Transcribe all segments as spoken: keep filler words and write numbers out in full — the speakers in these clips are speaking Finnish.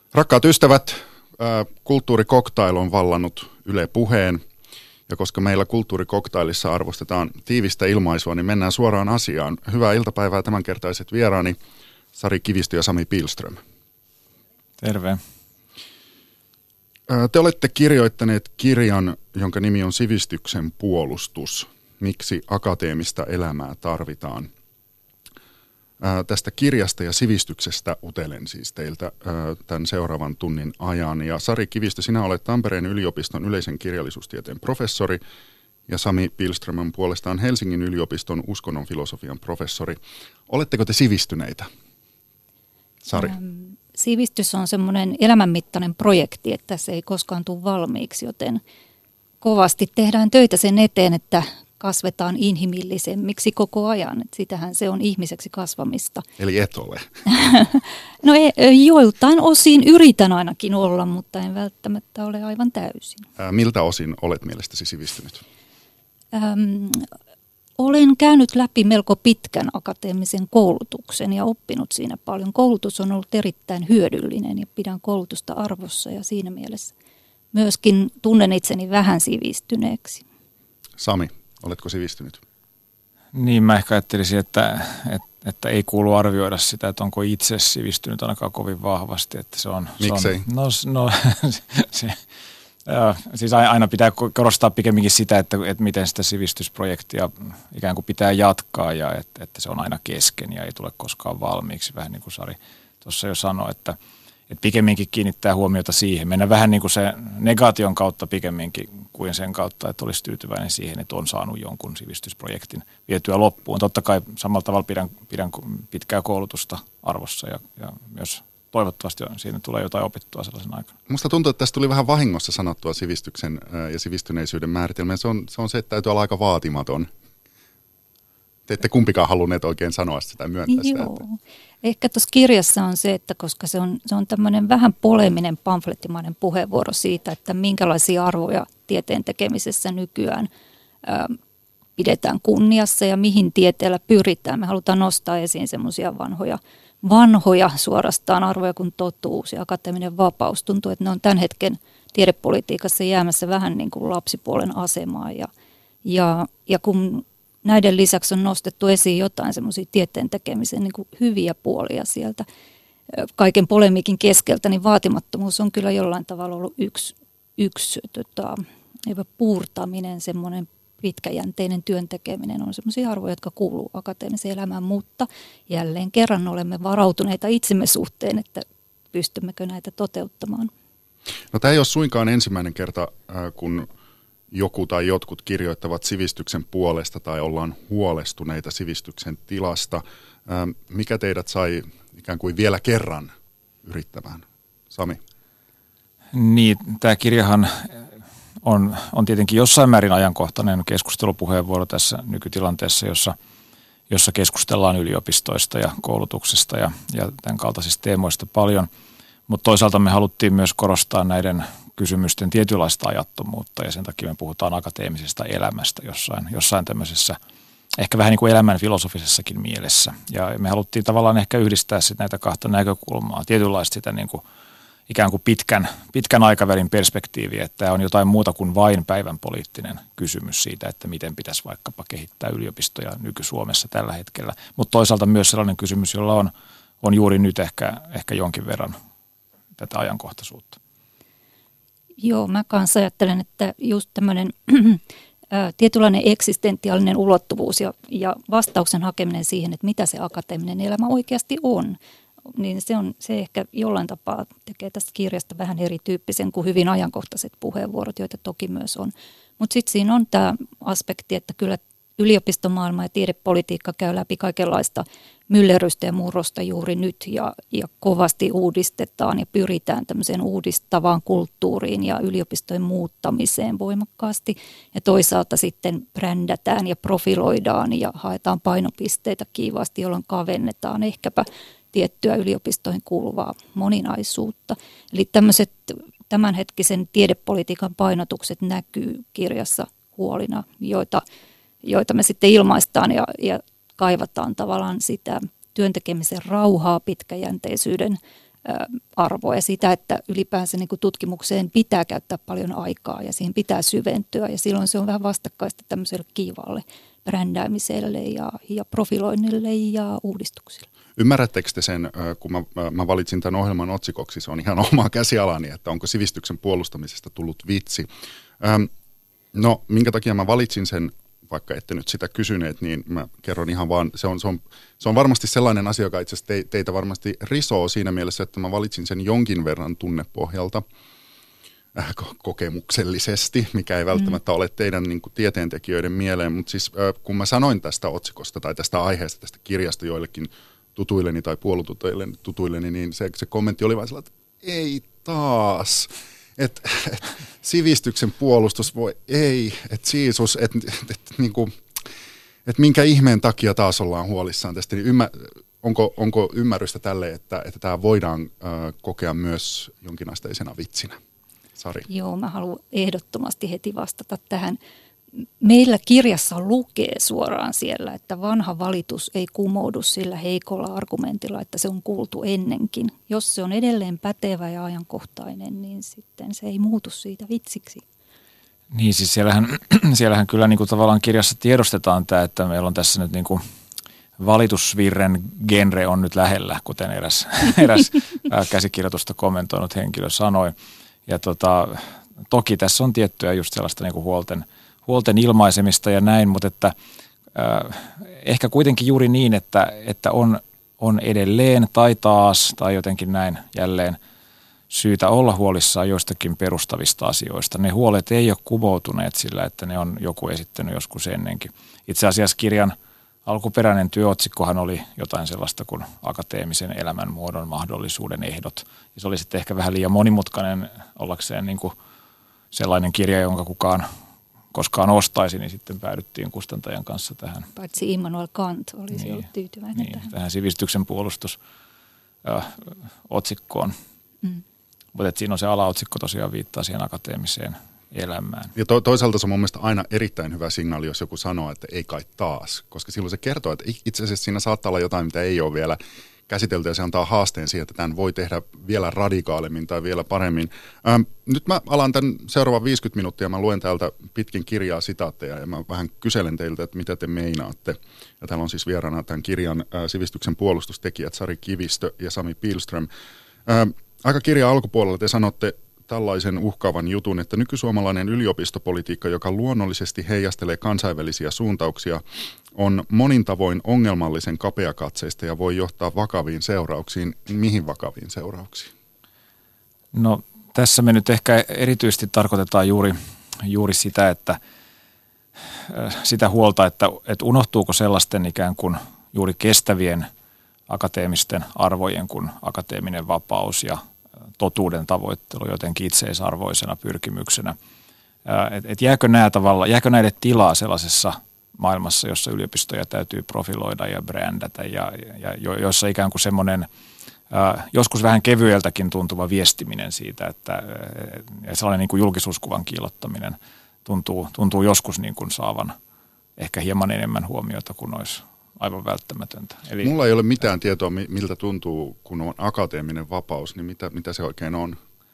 Rakkaat ystävät, kulttuurikoktail on vallannut Yle Puheen, ja koska meillä kulttuurikoktailissa arvostetaan tiivistä ilmaisua, niin mennään suoraan asiaan. Hyvää iltapäivää tämänkertaiset vieraani Sari Kivistö ja Sami Pihlström. Terve. Te olette kirjoittaneet kirjan, jonka nimi on Sivistyksen puolustus. Miksi akateemista elämää tarvitaan? Ää, tästä kirjasta ja sivistyksestä utelen siis teiltä ää, tämän seuraavan tunnin ajan. Ja Sari Kivistö, sinä olet Tampereen yliopiston yleisen kirjallisuustieteen professori ja Sami Pihlström on puolestaan Helsingin yliopiston uskonnon filosofian professori. Oletteko te sivistyneitä? Sari. Ähm, sivistys on semmoinen elämänmittainen projekti, että se ei koskaan tule valmiiksi, joten kovasti tehdään töitä sen eteen, että kasvetaan inhimillisemmiksi koko ajan. Et sitähän se on ihmiseksi kasvamista. Eli et ole. No ei, joiltain osin yritän ainakin olla, mutta en välttämättä ole aivan täysin. Ää, miltä osin olet mielestäsi sivistynyt? Ähm, olen käynyt läpi melko pitkän akateemisen koulutuksen ja oppinut siinä paljon. Koulutus on ollut erittäin hyödyllinen ja pidän koulutusta arvossa ja siinä mielessä myöskin tunnen itseni vähän sivistyneeksi. Sami, oletko sivistynyt? Niin, mä ehkä ajattelisin, että, että, että ei kuulu arvioida sitä, että onko itse sivistynyt ainakaan kovin vahvasti. Että se on, Miksei? Se on, no, no se, ja, siis aina pitää korostaa pikemminkin sitä, että, että miten sitä sivistysprojektia ikään kuin pitää jatkaa ja että, että se on aina kesken ja ei tule koskaan valmiiksi. Vähän niin kuin Sari tuossa jo sanoi, että, että pikemminkin kiinnittää huomiota siihen. Mennään vähän niin kuin se negaation kautta pikemminkin kuin sen kautta, että olisi tyytyväinen siihen, että on saanut jonkun sivistysprojektin vietyä loppuun. Totta kai samalla tavalla pidän, pidän pitkää koulutusta arvossa ja, ja myös toivottavasti siinä tulee jotain opittua sellaisen aikana. Musta tuntuu, että tässä tuli vähän vahingossa sanottua sivistyksen ja sivistyneisyyden määritelmä. Se on, se on se, että täytyy olla aika vaatimaton. Te ette kumpikaan halunneet oikein sanoa sitä ja myöntää sitä. Joo. Että ehkä tuossa kirjassa on se, että koska se on, se on tämmöinen vähän poleminen pamflettimainen puheenvuoro siitä, että minkälaisia arvoja tieteen tekemisessä nykyään ää, pidetään kunniassa ja mihin tieteellä pyritään. Me halutaan nostaa esiin semmoisia vanhoja vanhoja suorastaan arvoja kuin totuus ja akateeminen vapaus. Tuntuu, että ne on tämän hetken tiedepolitiikassa jäämässä vähän niin kuin lapsipuolen asemaan. Ja, ja, ja kun näiden lisäksi on nostettu esiin jotain semmoisia tieteen tekemisen niin kuin hyviä puolia sieltä kaiken polemiikin keskeltä, niin vaatimattomuus on kyllä jollain tavalla ollut yksi, yksi tota, puurtaminen, semmoinen pitkäjänteinen työn tekeminen on sellaisia arvoja, jotka kuuluu akateemiseen elämään, mutta jälleen kerran olemme varautuneita itsemme suhteen, että pystymmekö näitä toteuttamaan. No tämä ei ole suinkaan ensimmäinen kerta, kun joku tai jotkut kirjoittavat sivistyksen puolesta tai ollaan huolestuneita sivistyksen tilasta. Mikä teidät sai ikään kuin vielä kerran yrittämään? Sami? Niin, tämä kirjahan On, on tietenkin jossain määrin ajankohtainen keskustelupuheenvuoro tässä nykytilanteessa, jossa, jossa keskustellaan yliopistoista ja koulutuksesta ja, ja tämän kaltaisista teemoista paljon. Mutta toisaalta me haluttiin myös korostaa näiden kysymysten tietynlaista ajattomuutta ja sen takia me puhutaan akateemisesta elämästä jossain, jossain tämmöisessä ehkä vähän niin kuin elämän filosofisessakin mielessä. Ja me haluttiin tavallaan ehkä yhdistää sit näitä kahta näkökulmaa, tietynlaista sitä niin kuin ikään kuin pitkän, pitkän aikavälin perspektiivi, että tämä on jotain muuta kuin vain päivän poliittinen kysymys siitä, että miten pitäisi vaikkapa kehittää yliopistoja nyky-Suomessa tällä hetkellä. Mutta toisaalta myös sellainen kysymys, jolla on, on juuri nyt ehkä, ehkä jonkin verran tätä ajankohtaisuutta. Joo, mä kanssa ajattelen, että just tämmöinen tietynlainen eksistentiaalinen ulottuvuus ja, ja vastauksen hakeminen siihen, että mitä se akateeminen elämä oikeasti on, niin se, on, se ehkä jollain tapaa tekee tästä kirjasta vähän erityyppisen kuin hyvin ajankohtaiset puheenvuorot, joita toki myös on. Mutta sitten siinä on tämä aspekti, että kyllä yliopistomaailma ja tiedepolitiikka käy läpi kaikenlaista myllerrystä ja murrosta juuri nyt ja, ja kovasti uudistetaan ja pyritään tämmöiseen uudistavaan kulttuuriin ja yliopistojen muuttamiseen voimakkaasti. Ja toisaalta sitten brändätään ja profiloidaan ja haetaan painopisteitä kiivaasti, jolloin kavennetaan ehkäpä tiettyä yliopistoihin kuuluvaa moninaisuutta. Eli tämmöiset tämänhetkisen tiedepolitiikan painotukset näkyy kirjassa huolina, joita, joita me sitten ilmaistaan ja, ja kaivataan tavallaan sitä työntekemisen rauhaa, pitkäjänteisyyden arvoa ja sitä, että ylipäänsä niin kuin tutkimukseen pitää käyttää paljon aikaa ja siihen pitää syventyä ja silloin se on vähän vastakkaista tämmöiselle kiivaalle brändäämiselle ja, ja profiloinnille ja uudistuksille. Ymmärrättekö te sen, kun mä, mä valitsin tämän ohjelman otsikoksi, se on ihan omaa käsialani, että onko sivistyksen puolustamisesta tullut vitsi. Ähm, no, minkä takia mä valitsin sen, vaikka ette nyt sitä kysyneet, niin mä kerron ihan vaan, se on, se on, se on varmasti sellainen asia, joka itse asiassa te, teitä varmasti risoo siinä mielessä, että mä valitsin sen jonkin verran tunnepohjalta, äh, kokemuksellisesti, mikä ei välttämättä mm. ole teidän niin kuin tieteentekijöiden mieleen, mutta siis äh, kun mä sanoin tästä otsikosta tai tästä aiheesta, tästä kirjasta joillekin tutuilleni tai puolututuilleni tutuilleni, niin se, se kommentti oli vain sellainen, että ei taas. Että et, sivistyksen puolustus voi, ei, että Jeesus, että et, niinku, et minkä ihmeen takia taas ollaan huolissaan tästä. Niin ymmär, onko, onko ymmärrystä tälle, että, että tämä voidaan äh, kokea myös jonkinasteisena vitsinä? Sari. Joo, mä haluan ehdottomasti heti vastata tähän. Meillä kirjassa lukee suoraan siellä, että vanha valitus ei kumoudu sillä heikolla argumentilla, että se on kuultu ennenkin. Jos se on edelleen pätevä ja ajankohtainen, niin sitten se ei muutu siitä vitsiksi. Niin, siis siellähän, siellähän kyllä niin kuin tavallaan kirjassa tiedostetaan tämä, että meillä on tässä nyt niin kuin valitusvirren genre on nyt lähellä, kuten eräs, eräs käsikirjoitusta kommentoinut henkilö sanoi. Ja tota, toki tässä on tiettyä just sellaista niin kuin huolten huolten ilmaisemista ja näin, mutta että äh, ehkä kuitenkin juuri niin, että, että on, on edelleen tai taas tai jotenkin näin jälleen syytä olla huolissaan joistakin perustavista asioista. Ne huolet ei ole kumoutuneet sillä, että ne on joku esittänyt joskus ennenkin. Itse asiassa kirjan alkuperäinen työotsikkohan oli jotain sellaista kuin akateemisen elämänmuodon mahdollisuuden ehdot. Ja se oli sitten ehkä vähän liian monimutkainen ollakseen niin kuin sellainen kirja, jonka kukaan koskaan ostaisi, niin sitten päädyttiin kustantajan kanssa tähän. Paitsi Immanuel Kant olisi niin, ollut tyytyväinen niin, tähän. tähän sivistyksen puolustusotsikkoon. Mm. Mutta siinä on se alaotsikko tosiaan viittaa siihen akateemiseen elämään. Ja to, toisaalta se on mun mielestä aina erittäin hyvä signaali, jos joku sanoo, että ei kai taas. Koska silloin se kertoo, että itse asiassa siinä saattaa olla jotain, mitä ei ole vielä käsitelty ja se antaa haasteen siihen, että tämän voi tehdä vielä radikaalimmin tai vielä paremmin. Ähm, nyt mä alan tämän seuraavan viisikymmentä minuuttia, mä luen täältä pitkin kirjaa sitaatteja ja mä vähän kyselen teiltä, että mitä te meinaatte. Ja täällä on siis vieraana tämän kirjan äh, sivistyksen puolustustekijät Sari Kivistö ja Sami Pihlström. Ähm, aika kirjan alkupuolella te sanotte tällaisen uhkaavan jutun, että nykysuomalainen yliopistopolitiikka, joka luonnollisesti heijastelee kansainvälisiä suuntauksia, on monin tavoin ongelmallisen kapeakatseista ja voi johtaa vakaviin seurauksiin. Mihin vakaviin seurauksiin? No tässä me nyt ehkä erityisesti tarkoitetaan juuri, juuri sitä, että sitä huolta, että, että unohtuuko sellaisten ikään kuin juuri kestävien akateemisten arvojen kuin akateeminen vapaus ja totuuden tavoittelu jotenkin itseisarvoisena pyrkimyksenä. Et, et jääkö, nämä tavalla, jääkö näille tilaa sellaisessa maailmassa, jossa yliopistoja täytyy profiloida ja brändätä ja, ja jo, jossa ikään kuin semmoinen joskus vähän kevyeltäkin tuntuva viestiminen siitä, että ja sellainen niin kuin julkisuuskuvan kiillottaminen tuntuu, tuntuu joskus niin kuin saavan ehkä hieman enemmän huomiota kuin olisi aivan välttämätöntä. Eli mulla ei ole mitään tietoa, miltä tuntuu, kun on akateeminen vapaus, niin mitä, mitä se oikein on?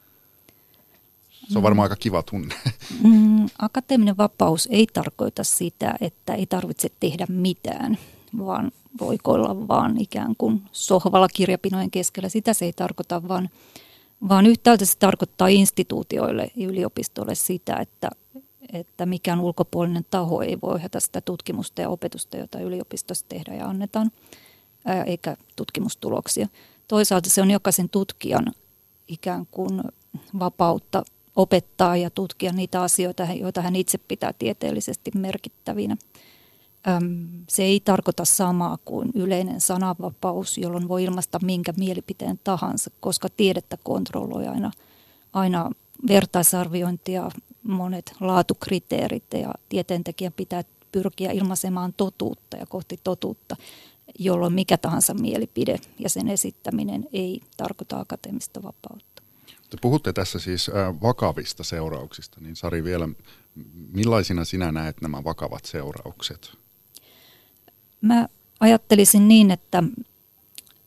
Se on varmaan aika kiva tunne. Mm, akateeminen vapaus ei tarkoita sitä, että ei tarvitse tehdä mitään, vaan voikoilla vaan ikään kuin sohvalla kirjapinojen keskellä. Sitä se ei tarkoita, vaan, vaan yhtäältä se tarkoittaa instituutioille ja yliopistoille sitä, että että mikään ulkopuolinen taho ei voi ohjata sitä tutkimusta ja opetusta, jota yliopistossa tehdään ja annetaan, ää, eikä tutkimustuloksia. Toisaalta se on jokaisen tutkijan ikään kuin vapautta opettaa ja tutkia niitä asioita, joita hän itse pitää tieteellisesti merkittävinä. Äm, se ei tarkoita samaa kuin yleinen sananvapaus, jolloin voi ilmaista minkä mielipiteen tahansa, koska tiedettä kontrolloi aina, aina vertaisarviointia, monet laatukriteerit ja tieteentekijän pitää pyrkiä ilmaisemaan totuutta ja kohti totuutta, jolloin mikä tahansa mielipide ja sen esittäminen ei tarkoita akateemista vapautta. Te puhutte tässä siis vakavista seurauksista, niin Sari vielä, millaisina sinä näet nämä vakavat seuraukset? Mä ajattelisin niin, että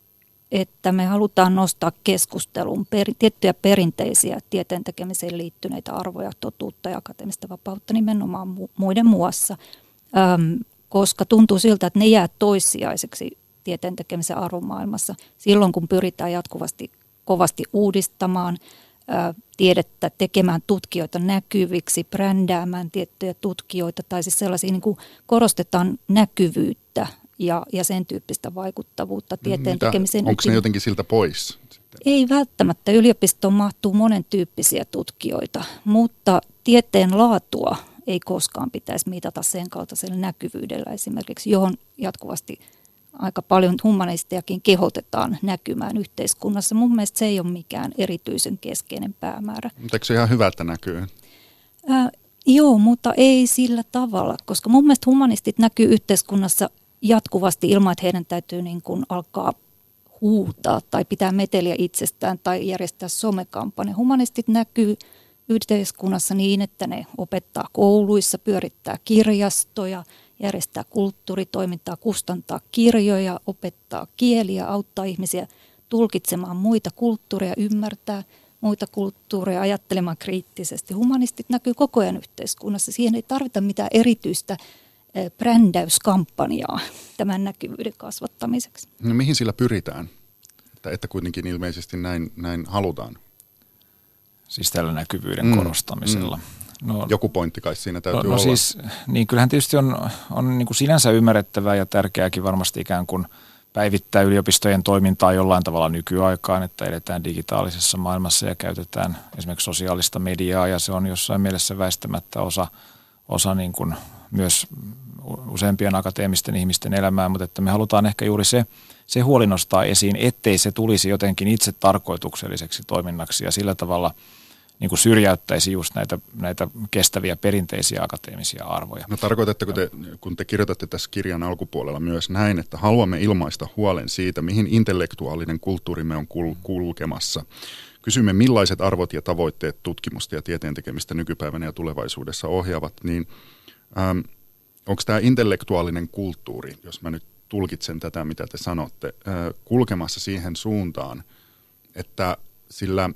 että me halutaan nostaa keskusteluun per, tiettyjä perinteisiä tieteen tekemiseen liittyneitä arvoja, totuutta ja akateemista vapautta nimenomaan mu, muiden muassa, äm, koska tuntuu siltä, että ne jää toissijaiseksi tieteen tekemisen arvomaailmassa silloin, kun pyritään jatkuvasti kovasti uudistamaan ä, tiedettä, tekemään tutkijoita näkyviksi, brändäämään tiettyjä tutkijoita tai siis sellaisia niin kuin korostetaan näkyvyyttä ja, ja sen tyyppistä vaikuttavuutta tieteen Mitä? tekemiseen. Onko ne jotenkin siltä pois? Ei välttämättä. Yliopistoon mahtuu monen tyyppisiä tutkijoita, mutta tieteen laatua ei koskaan pitäisi mitata sen kaltaisella näkyvyydellä esimerkiksi, johon jatkuvasti aika paljon humanistiakin kehotetaan näkymään yhteiskunnassa. Mun mielestä se ei ole mikään erityisen keskeinen päämäärä. Mutta eikö se ihan hyvä, että näkyy? Ää, joo, mutta ei sillä tavalla, koska mun mielestä humanistit näkyy yhteiskunnassa jatkuvasti ilman, että heidän täytyy niin kuin alkaa huutaa tai pitää meteliä itsestään tai järjestää somekampanja. Humanistit näkyy yhteiskunnassa niin, että ne opettaa kouluissa, pyörittää kirjastoja, järjestää kulttuuritoimintaa, kustantaa kirjoja, opettaa kieliä, auttaa ihmisiä tulkitsemaan muita kulttuureja, ymmärtää muita kulttuureja, ajattelemaan kriittisesti. Humanistit näkyy koko ajan yhteiskunnassa. Siihen ei tarvita mitään erityistä brändäyskampanjaa tämän näkyvyyden kasvattamiseksi. No mihin sillä pyritään? Että, että kuitenkin ilmeisesti näin, näin halutaan. Siis tällä näkyvyyden mm, korostamisella. Mm. No, Joku pointti kai siinä täytyy no, no olla. Siis, niin kyllähän tietysti on, on niin kuin sinänsä ymmärrettävää ja tärkeääkin varmasti ikään kuin päivittää yliopistojen toimintaa jollain tavalla nykyaikaan, että edetään digitaalisessa maailmassa ja käytetään esimerkiksi sosiaalista mediaa ja se on jossain mielessä väistämättä osa, osa niin kuin myös useampien akateemisten ihmisten elämää, mutta että me halutaan ehkä juuri se, se huoli nostaa esiin, ettei se tulisi jotenkin itse tarkoitukselliseksi toiminnaksi ja sillä tavalla niin kuin syrjäyttäisi just näitä, näitä kestäviä perinteisiä akateemisia arvoja. No tarkoitatteko te, kun te kirjoitatte tässä kirjan alkupuolella myös näin, että haluamme ilmaista huolen siitä, mihin intellektuaalinen kulttuurimme on kul- kulkemassa. Kysymme, millaiset arvot ja tavoitteet tutkimusta ja tieteen tekemistä nykypäivänä ja tulevaisuudessa ohjaavat, niin ähm, onko tämä intellektuaalinen kulttuuri, jos mä nyt tulkitsen tätä, mitä te sanotte, äh, kulkemassa siihen suuntaan, että sillä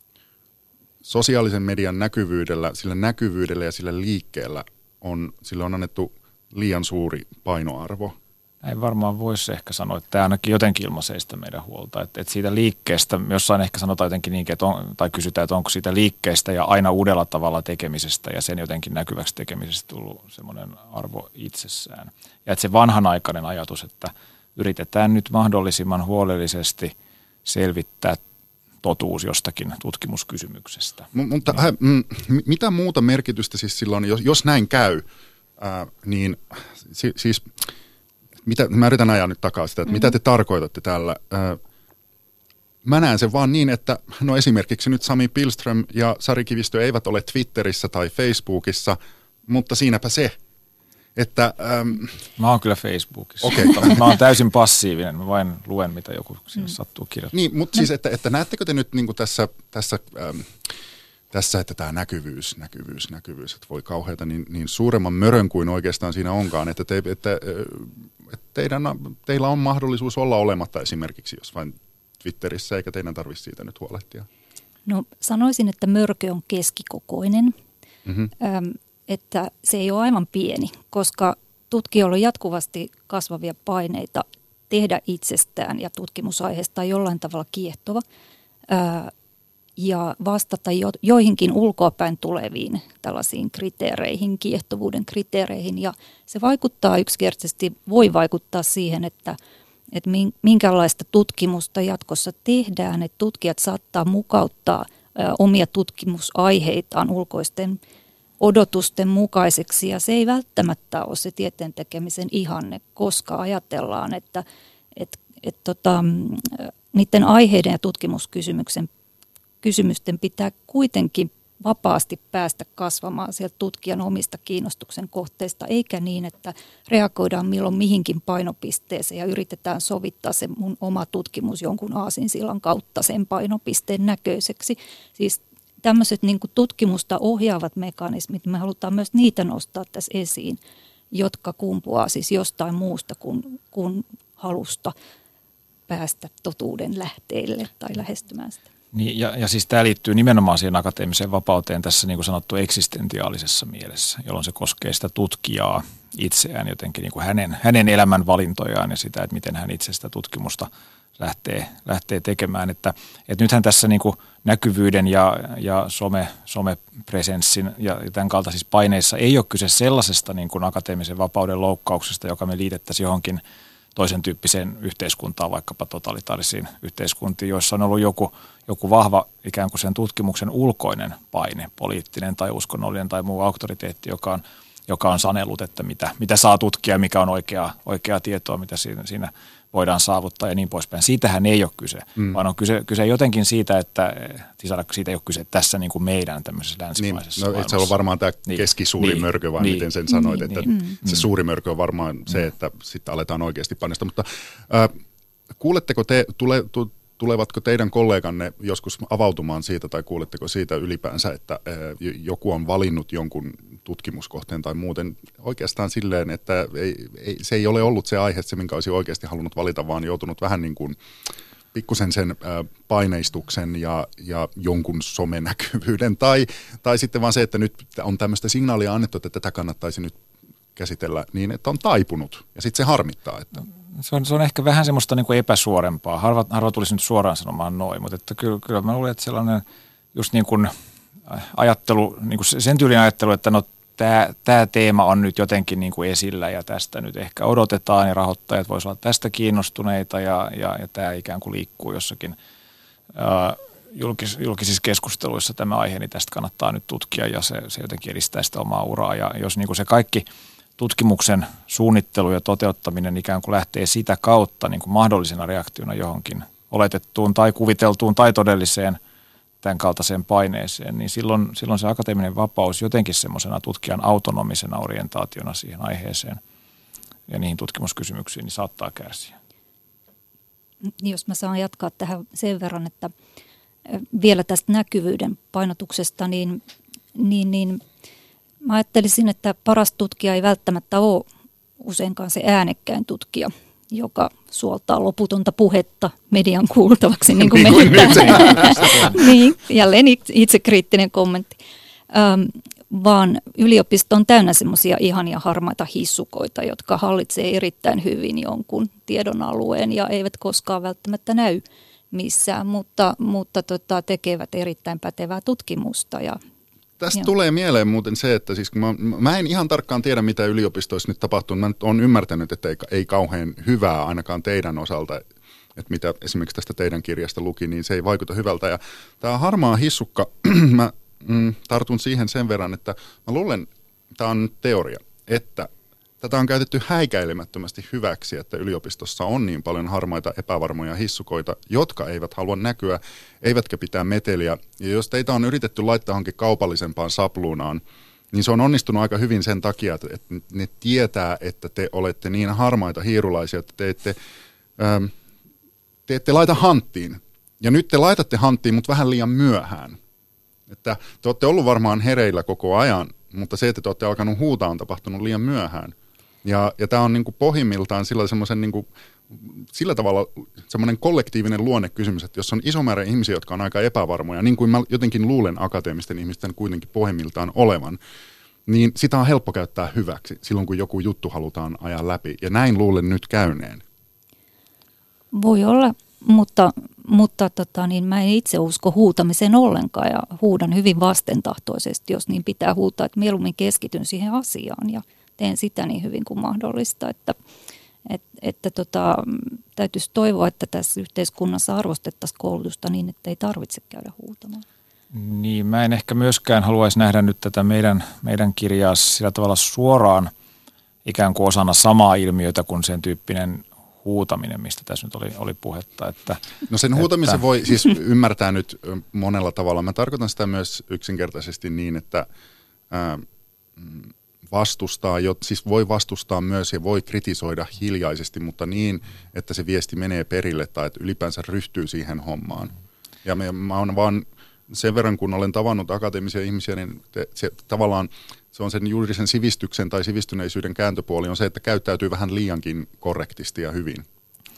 sosiaalisen median näkyvyydellä, sillä näkyvyydellä ja sillä liikkeellä on, sillä on annettu liian suuri painoarvo. Näin varmaan voisi ehkä sanoa, että tämä ainakin jotenkin ilmaisee sitä meidän huolta. Että, että siitä liikkeestä, jossain ehkä sanotaan jotenkin niin, että on, tai kysytään, että onko siitä liikkeestä ja aina uudella tavalla tekemisestä ja sen jotenkin näkyväksi tekemisestä tullut semmoinen arvo itsessään. Ja että se vanhanaikainen ajatus, että yritetään nyt mahdollisimman huolellisesti selvittää totuus jostakin tutkimuskysymyksestä. M- mutta hä, m- mitä muuta merkitystä siis silloin, jos, jos näin käy, ää, niin si- siis mitä, mä yritän ajaa nyt takaa sitä, että mm-hmm. mitä te tarkoitatte tällä. Ää, mä näen sen vaan niin, että no esimerkiksi nyt Sami Pihlström ja Sari Kivistö eivät ole Twitterissä tai Facebookissa, mutta siinäpä se. Että, äm, mä oon kyllä Facebookissa, okay. mutta mä oon täysin passiivinen. Mä vain luen, mitä joku sinne mm. sattuu kirjoittaa. Niin, mutta siis, että, että näettekö te nyt niin kuin tässä, tässä, äm, tässä, että tämä näkyvyys, näkyvyys, näkyvyys, että voi kauheata, niin, niin suuremman mörön kuin oikeastaan siinä onkaan, että, te, että, että teidän, teillä on mahdollisuus olla olematta esimerkiksi, jos vain Twitterissä, eikä teidän tarvitse siitä nyt huolehtia. No sanoisin, että mörkö on keskikokoinen. Mm-hmm. Öm, että se ei ole aivan pieni, koska tutkijoilla on jatkuvasti kasvavia paineita tehdä itsestään ja tutkimusaiheesta jollain tavalla kiehtova ää, ja vastata jo, joihinkin ulkoapäin tuleviin tällaisiin kriteereihin, kiehtovuuden kriteereihin. Ja se vaikuttaa yksinkertaisesti, voi vaikuttaa siihen, että, että minkälaista tutkimusta jatkossa tehdään, että tutkijat saattaa mukauttaa ää, omia tutkimusaiheitaan ulkoisten odotusten mukaiseksi ja se ei välttämättä ole se tieteen tekemisen ihanne, koska ajatellaan, että et, et tota, niiden aiheiden ja tutkimuskysymyksen kysymysten pitää kuitenkin vapaasti päästä kasvamaan sieltä tutkijan omista kiinnostuksen kohteista, eikä niin, että reagoidaan milloin mihinkin painopisteeseen ja yritetään sovittaa se mun oma tutkimus jonkun aasinsillan kautta sen painopisteen näköiseksi. Siis tämmöiset niin kuin tutkimusta ohjaavat mekanismit, me halutaan myös niitä nostaa tässä esiin, jotka kumpuaa siis jostain muusta kuin, kuin halusta päästä totuuden lähteille tai lähestymään sitä. Niin, ja, ja siis tämä liittyy nimenomaan siihen akateemiseen vapauteen tässä niin kuin sanottu eksistentiaalisessa mielessä, jolloin se koskee sitä tutkijaa itseään jotenkin niin kuin hänen, hänen elämän valintojaan ja sitä, että miten hän itse sitä tutkimusta lähtee, lähtee tekemään. Että, että nythän tässä niin kuin näkyvyyden ja, ja some, somepresenssin ja tämän kaltaisissa paineissa ei ole kyse sellaisesta niin kuin akateemisen vapauden loukkauksesta, joka me liitettäisiin johonkin toisen tyyppiseen yhteiskuntaan, vaikkapa totalitaarisiin yhteiskuntiin, joissa on ollut joku, joku vahva ikään kuin sen tutkimuksen ulkoinen paine, poliittinen tai uskonnollinen tai muu auktoriteetti, joka on, joka on sanellut, että mitä, mitä saa tutkia, mikä on oikeaa, oikeaa tietoa, mitä siinä, siinä voidaan saavuttaa ja niin poispäin. Siitähän ei ole kyse, mm. vaan on kyse, kyse jotenkin siitä, että siitä ei ole kyse tässä niin kuin meidän tämmöisessä länsimaisessa niin, maailmassa. No, se on varmaan tämä niin. keskisuuri niin. mörkö, vai niin. miten sen sanoit, niin. että niin. se suuri mörkö on varmaan mm. se, että sitten aletaan oikeasti painostaa. Mutta äh, kuuletteko te, tule, tu, tulevatko teidän kolleganne joskus avautumaan siitä tai kuuletteko siitä ylipäänsä, että äh, joku on valinnut jonkun tutkimuskohteen tai muuten oikeastaan silleen, että ei, ei, se ei ole ollut se aihe, se minkä olisi oikeasti halunnut valita, vaan joutunut vähän niin kuin pikkusen sen äh, paineistuksen ja, ja jonkun somenäkyvyyden tai, tai sitten vaan se, että nyt on tämmöistä signaalia annettu, että tätä kannattaisi nyt käsitellä niin, että on taipunut ja sitten se harmittaa. Että. Se on, se on ehkä vähän semmoista niin kuin epäsuorempaa. Harva, harva tulisi nyt suoraan sanomaan noin, mutta että kyllä, kyllä mä luulen, että sellainen just niin kuin ajattelu, niin kuin sen tyylin ajattelu, että no tämä, tämä teema on nyt jotenkin niin kuin esillä ja tästä nyt ehkä odotetaan ja rahoittajat voisivat olla tästä kiinnostuneita ja, ja, ja tämä ikään kuin liikkuu jossakin ää, julkis, julkisissa keskusteluissa tämä aihe, niin tästä kannattaa nyt tutkia ja se, se jotenkin edistää sitä omaa uraa ja jos niin kuin se kaikki tutkimuksen suunnittelu ja toteuttaminen ikään kuin lähtee sitä kautta niin kuin mahdollisena reaktiona johonkin oletettuun tai kuviteltuun tai todelliseen tämän kaltaiseen paineeseen, niin silloin, silloin se akateeminen vapaus jotenkin semmoisena tutkijan autonomisena orientaationa siihen aiheeseen ja niihin tutkimuskysymyksiin niin saattaa kärsiä. Jos mä saan jatkaa tähän sen verran, että vielä tästä näkyvyyden painotuksesta, niin, niin, niin mä ajattelisin, että paras tutkija ei välttämättä ole useinkaan se äänekkäin tutkija, joka suoltaa loputonta puhetta median kuultavaksi, niin kuin me nyt niin, jälleen itsekriittinen kommentti. Ähm, vaan yliopisto on täynnä semmoisia ihania harmaita hissukoita, jotka hallitsee erittäin hyvin jonkun tiedon alueen ja eivät koskaan välttämättä näy missään, mutta, mutta tota, tekevät erittäin pätevää tutkimusta ja Tästä Joo. tulee mieleen muuten se, että siis mä, mä en ihan tarkkaan tiedä, mitä yliopistoissa nyt tapahtuu. Mä nyt olen ymmärtänyt, että ei, ei kauhean hyvää ainakaan teidän osalta, että mitä esimerkiksi tästä teidän kirjasta luki, niin se ei vaikuta hyvältä. Ja tämä harmaa hissukka, mä mm, tartun siihen sen verran, että mä luulen, tämä on nyt teoria, että tätä on käytetty häikäilemättömästi hyväksi, että yliopistossa on niin paljon harmaita epävarmoja hissukoita, jotka eivät halua näkyä, eivätkä pitää meteliä. Ja jos teitä on yritetty laittaa johonkin kaupallisempaan sapluunaan, niin se on onnistunut aika hyvin sen takia, että ne tietää, että te olette niin harmaita hiirulaisia, että te ette, ähm, te ette laita hanttiin. Ja nyt te laitatte hanttiin, mutta vähän liian myöhään. Että te olette ollut varmaan hereillä koko ajan, mutta se, että te olette alkanut huutaa, on tapahtunut liian myöhään. Ja, ja tämä on niin kuin pohjimmiltaan sillä, niin kuin, sillä tavalla semmoinen kollektiivinen luonnekysymys, että jos on iso määrä ihmisiä, jotka on aika epävarmoja, niin kuin mä jotenkin luulen akateemisten ihmisten kuitenkin pohjimmiltaan olevan, niin sitä on helppo käyttää hyväksi silloin, kun joku juttu halutaan ajaa läpi. Ja näin luulen nyt käyneen. Voi olla, mutta, mutta tota, niin mä en itse usko huutamiseen ollenkaan ja huudan hyvin vastentahtoisesti, jos niin pitää huutaa, että mieluummin keskityn siihen asiaan ja teen sitä niin hyvin kuin mahdollista, että, että, että tota, täytyisi toivoa, että tässä yhteiskunnassa arvostettaisiin koulutusta niin, että ei tarvitse käydä huutamaan. Niin, mä en ehkä myöskään haluaisi nähdä nyt tätä meidän, meidän kirjaa sillä tavalla suoraan ikään kuin osana samaa ilmiötä kuin sen tyyppinen huutaminen, mistä tässä nyt oli, oli puhetta. Että, no sen huutamisen että voi siis ymmärtää nyt monella tavalla. Mä tarkoitan sitä myös yksinkertaisesti niin, että ää, vastustaa, siis voi vastustaa myös ja voi kritisoida hiljaisesti, mutta niin, että se viesti menee perille tai että ylipäänsä ryhtyy siihen hommaan. Ja me, mä oon vaan sen verran, kun olen tavannut akateemisia ihmisiä, niin te, se, tavallaan se on sen juuri sen sivistyksen tai sivistyneisyyden kääntöpuoli on se, että käyttäytyy vähän liiankin korrektisti ja hyvin.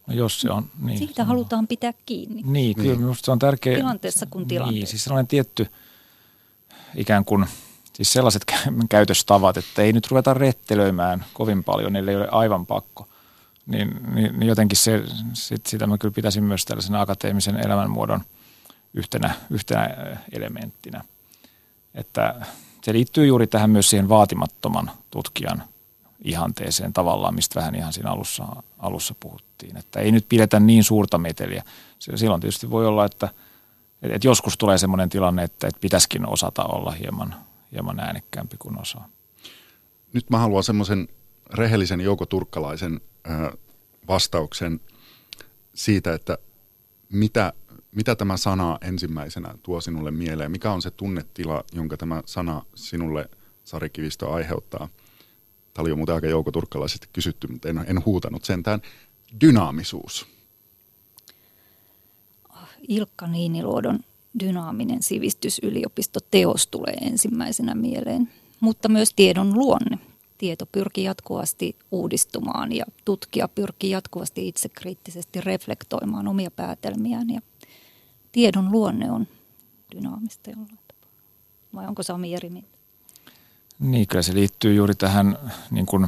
No jos se on. Niin, Siitä se on. halutaan pitää kiinni. Niin, kyllä minusta se on tärkeä. Tilanteessa kuin tilanteessa. Niin, siis sellainen tietty ikään kuin, siis sellaiset käytöstavat, että ei nyt ruveta rettelöimään kovin paljon, ellei ole aivan pakko. Niin, niin, niin jotenkin se, sit, sitä mä kyllä pitäisin myös tällaisen akateemisen elämänmuodon yhtenä, yhtenä elementtinä. Että se liittyy juuri tähän myös siihen vaatimattoman tutkijan ihanteeseen tavallaan, mistä vähän ihan siinä alussa, alussa puhuttiin. Että ei nyt pidetä niin suurta meteliä. Silloin tietysti voi olla, että, että joskus tulee sellainen tilanne, että, että pitäisikin osata olla hieman, hieman äänekkäämpi kuin osaa. Nyt mä haluan semmoisen rehellisen Jouko Turkkalaisen äh, vastauksen siitä, että mitä, mitä tämä sana ensimmäisenä tuo sinulle mieleen. Mikä on se tunnetila, jonka tämä sana sinulle, Sari Kivistö, aiheuttaa? Tämä oli jo muuten aika Jouko Turkkalaisesti kysytty, mutta en, en huutanut sentään. Dynaamisuus. Ilkka Niiniluodon dynaaminen sivistysyliopistoteos tulee ensimmäisenä mieleen, mutta myös tiedon luonne. Tieto pyrkii jatkuvasti uudistumaan ja tutkija pyrkii jatkuvasti itsekriittisesti reflektoimaan omia päätelmiään. Ja tiedon luonne on dynaamista jollain tapaa. Vai onko Sami eri mieltä? Niin, kyllä se liittyy juuri tähän niin kuin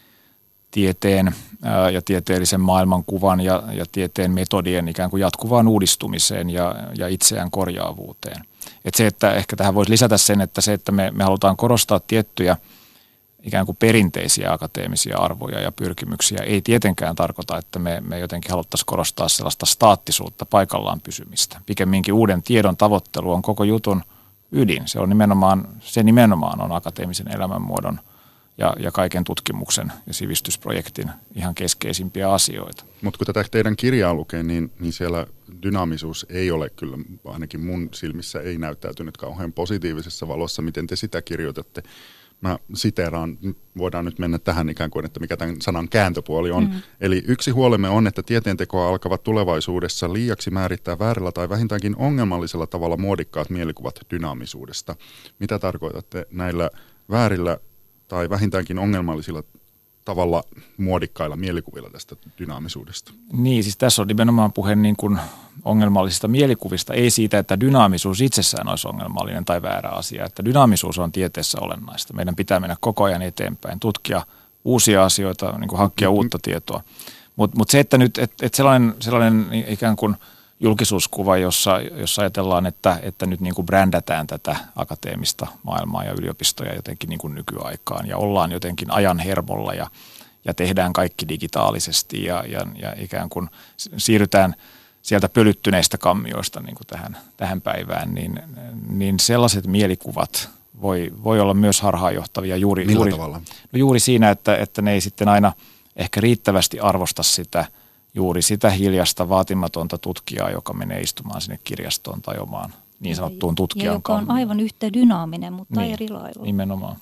tieteen ää, ja tieteellisen maailmankuvan ja, ja tieteen metodien ikään kuin jatkuvaan uudistumiseen ja, ja itseään korjaavuuteen. Et se, että ehkä tähän voisi lisätä sen, että se, että me, me halutaan korostaa tiettyjä ikään kuin perinteisiä akateemisia arvoja ja pyrkimyksiä, ei tietenkään tarkoita, että me, me jotenkin haluttaisiin korostaa sellaista staattisuutta, paikallaan pysymistä. Pikemminkin uuden tiedon tavoittelu on koko jutun ydin. Se on nimenomaan, se nimenomaan on akateemisen elämänmuodon ja, ja kaiken tutkimuksen ja sivistysprojektin ihan keskeisimpiä asioita. Mutta kun tätä teidän kirjaa lukee, niin, niin siellä dynaamisuus ei ole kyllä, ainakin mun silmissä ei näyttäytynyt kauhean positiivisessa valossa, miten te sitä kirjoitatte. Mä siteeraan, voidaan nyt mennä tähän ikään kuin, että mikä tämän sanan kääntöpuoli on. Mm. Eli yksi huolemme on, että tieteentekoa alkavat tulevaisuudessa liiaksi määrittää väärällä tai vähintäänkin ongelmallisella tavalla muodikkaat mielikuvat dynaamisuudesta. Mitä tarkoitatte näillä väärillä tai vähintäänkin ongelmallisilla tavalla muodikkailla mielikuvilla tästä dynaamisuudesta? Niin, siis tässä on nimenomaan puhe niin kuin ongelmallisista mielikuvista, ei siitä, että dynaamisuus itsessään olisi ongelmallinen tai väärä asia, että dynaamisuus on tieteessä olennaista. Meidän pitää mennä koko ajan eteenpäin, tutkia uusia asioita, niin kuin hankkia mm-hmm. uutta tietoa. Mutta mut se, että nyt et, et sellainen, sellainen ikään kuin julkisuuskuva, jossa, jossa ajatellaan, että, että nyt niin kuin brändätään tätä akateemista maailmaa ja yliopistoja jotenkin niin kuin nykyaikaan ja ollaan jotenkin ajan hermolla ja, ja tehdään kaikki digitaalisesti ja, ja, ja ikään kuin siirrytään sieltä pölyttyneistä kammioista niin kuin tähän, tähän päivään, niin, niin sellaiset mielikuvat voi, voi olla myös harhaanjohtavia juuri, juuri, no juuri siinä, että, että ne ei sitten aina ehkä riittävästi arvosta sitä juuri sitä hiljasta vaatimatonta tutkijaa, joka menee istumaan sinne kirjastoon tai omaan niin sanottuun tutkijan ja joka on kammioon. aivan yhtä dynaaminen, mutta niin, eri lailla. Nimenomaan.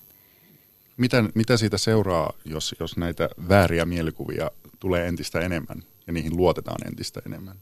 Mitä, mitä siitä seuraa, jos, jos näitä vääriä mielikuvia tulee entistä enemmän ja niihin luotetaan entistä enemmän?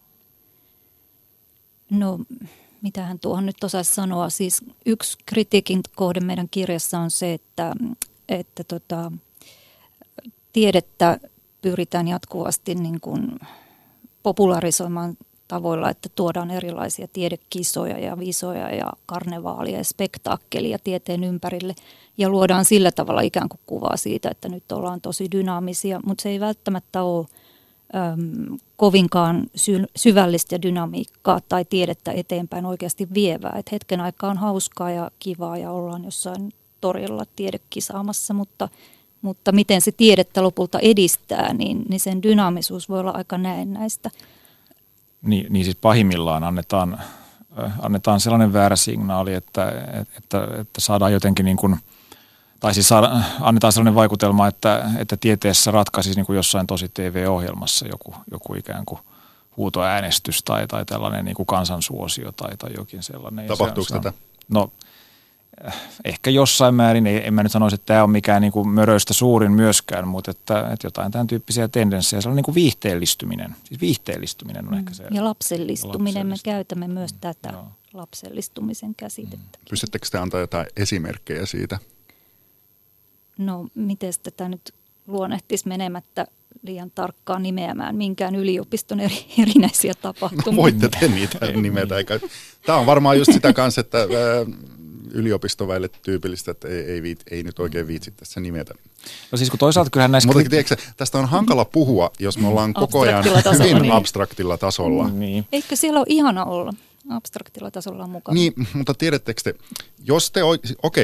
No, mitähän tuohon nyt osaisi sanoa. Siis yksi kritiikin kohde meidän kirjassa on se, että, että tota, tiedettä pyritään jatkuvasti niin kuin popularisoimaan tavoilla, että tuodaan erilaisia tiedekisoja ja visoja ja karnevaalia ja spektaakkelia tieteen ympärille ja luodaan sillä tavalla ikään kuin kuvaa siitä, että nyt ollaan tosi dynaamisia, mutta se ei välttämättä ole äm, kovinkaan sy- syvällistä dynamiikkaa tai tiedettä eteenpäin oikeasti vievää. Et hetken aikaa on hauskaa ja kivaa ja ollaan jossain torilla tiedekisaamassa, mutta Mutta miten se tiedettä lopulta edistää, niin, niin sen dynaamisuus voi olla aika näennäistä. Niin, niin siis pahimmillaan annetaan, annetaan sellainen väärä signaali, että, että, että saadaan jotenkin niin kuin, tai siis saada, annetaan sellainen vaikutelma, että, että tieteessä ratkaisisi niin kuin jossain tosi T V-ohjelmassa joku, joku ikään kuin huutoäänestys tai, tai tällainen niin kuin kansansuosio tai, tai jokin sellainen. Tapahtuuko se, tätä? No ehkä jossain määrin, en mä nyt sanoisi, että tämä on mikään niin kuin möröistä suurin myöskään, mutta että, että jotain tämän tyyppisiä tendenssejä, se on niin kuin viihteellistyminen. Siis viihteellistyminen on mm. ehkä se. Ja lapsellistuminen, me käytämme myös tätä Joo. lapsellistumisen käsitettä. Mm. Pystyttekö te antaa jotain esimerkkejä siitä? No, miten tätä nyt luonnehtisi menemättä liian tarkkaan nimeämään minkään yliopiston eri, erinäisiä tapahtumia. No, voitte te niitä nimetä. Eikä. Tämä on varmaan just sitä kanssa, että yliopistoväille tyypillistä, että ei, ei, viit, ei nyt oikein viitsi tässä nimetä. No siis kun toisaalta kyllähän näissä... Mutta tiedätkö, tästä on hankala puhua, jos me ollaan koko ajan hyvin niin. abstraktilla tasolla. Niin. Eikö siellä ole ihana olla? Abstraktilla tasolla on mukana. Niin, mutta tiedättekö te, jos te, okei, okay.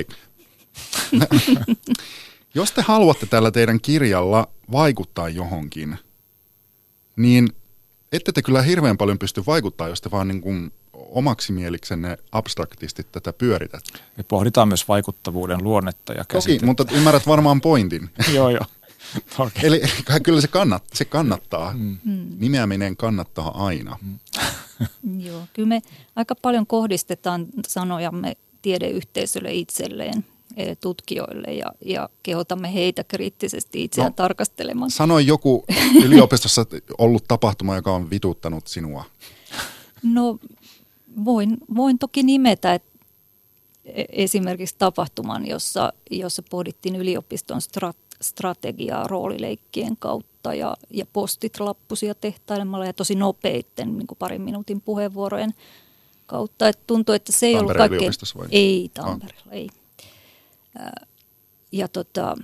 jos te haluatte tällä teidän kirjalla vaikuttaa johonkin, niin ette te kyllä hirveän paljon pysty vaikuttaa, jos te vaan niin kuin omaksi mieliksenne abstraktisti tätä pyöritätte. Me pohditaan myös vaikuttavuuden luonnetta ja käsitettä. Toki, mutta ymmärrät varmaan pointin. Joo, joo. Okay. Eli kyllä se, kannat, se kannattaa. Mm. Nimeäminen kannattaa aina. Mm. Joo, kyllä me aika paljon kohdistetaan sanojamme tiedeyhteisölle itselleen, tutkijoille ja, ja kehotamme heitä kriittisesti itseään no, tarkastelemaan. Sanoi joku yliopistossa ollut tapahtuma, joka on vituttanut sinua. No voin, voin toki nimetä että esimerkiksi tapahtuman, jossa, jossa pohdittiin yliopiston strat, strategiaa roolileikkien kautta ja, ja postit-lappusia tehtailemalla ja tosi nopeitten niin kuin parin minuutin puheenvuorojen kautta. Et tuntuu, että se ei Tampereen ollut kaikkein... vai? Ei Tampereella, ei. Ja tota,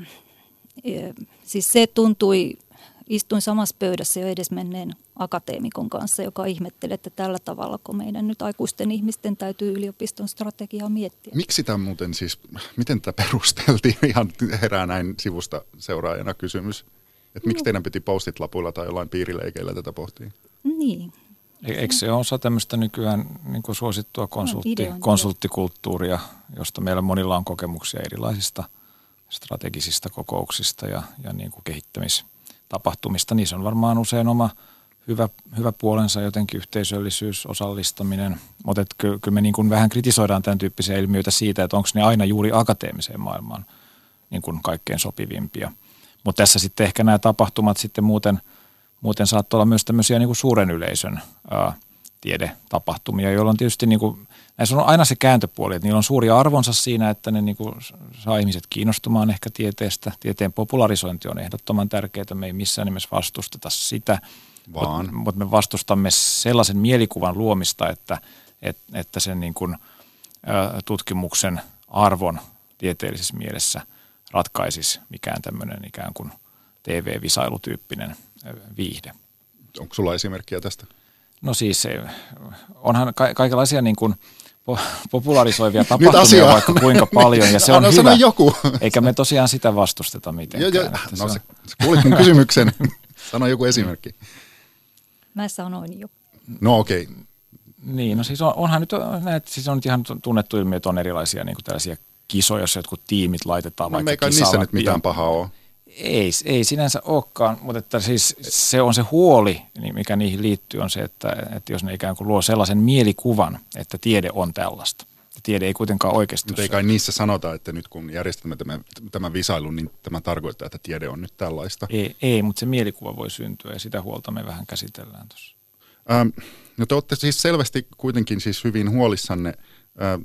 siis se tuntui, istuin samassa pöydässä jo edesmenneen akateemikon kanssa, joka ihmetteli, että tällä tavalla, kun meidän nyt aikuisten ihmisten täytyy yliopiston strategiaa miettiä. Miksi tämä muuten siis, miten tätä perusteltiin? Ihan herää näin sivusta seuraajana kysymys. Että miksi no. teidän piti postit-lapuilla tai jollain piirileikeillä tätä pohtia? Niin. Eikö se ole osa tämmöistä nykyään niin kuin suosittua konsultti, no, konsulttikulttuuria, josta meillä monilla on kokemuksia erilaisista strategisista kokouksista ja, ja niin kuin kehittämistapahtumista. Niissä on varmaan usein oma hyvä, hyvä puolensa, jotenkin yhteisöllisyys, osallistaminen. Mutta kyllä, kyllä me niin kuin vähän kritisoidaan tämän tyyppisiä ilmiöitä siitä, että onko ne aina juuri akateemiseen maailmaan niin kuin kaikkein sopivimpia. Mutta tässä sitten ehkä nämä tapahtumat sitten muuten... Muuten saattaa olla myös tämmöisiä niin kuin suuren yleisön ää, tiedetapahtumia, joilla on tietysti, niin kuin, näissä on aina se kääntöpuoli, että niillä on suuri arvonsa siinä, että ne niin kuin saa ihmiset kiinnostumaan ehkä tieteestä. Tieteen popularisointi on ehdottoman tärkeää, me ei missään nimessä vastusteta sitä, vaan mutta mut me vastustamme sellaisen mielikuvan luomista, että, et, että sen niin kuin, ää, tutkimuksen arvon tieteellisessä mielessä ratkaisisi mikään tämmöinen ikään kuin T V-visailutyyppinen viihde. Onko sulla esimerkkiä tästä? No siis onhan ka- kaikenlaisia niin kuin po- popularisoivia tapahtumia vaikka kuinka paljon ja se on no, hyvä. Joku. Eikä me tosiaan sitä vastusteta mitenkään. Jo, jo. No se, se kuulit mun kysymyksen. Sano joku esimerkki. Mä sanoin jo. No okei. Okay. Niin, no siis on, onhan nyt, näet, siis on nyt ihan tunnettu ilmiö, että on erilaisia niin kuin tällaisia kisoja, joissa jotkut tiimit laitetaan no, vaikka kisalle. Niissä nyt mitään pahaa ole. Ei, ei sinänsä olekaan, mutta että siis se on se huoli, mikä niihin liittyy, on se, että, että jos ne ikään kuin luo sellaisen mielikuvan, että tiede on tällaista. Tiede ei kuitenkaan oikeasti. Mutta ei kai niissä sanota, että nyt kun järjestämme tämän, tämän visailun, niin tämä tarkoittaa, että tiede on nyt tällaista. Ei, ei, mutta se mielikuva voi syntyä ja sitä huolta me vähän käsitellään tuossa. Ähm, no te olette siis selvästi kuitenkin siis hyvin huolissanne. Ähm,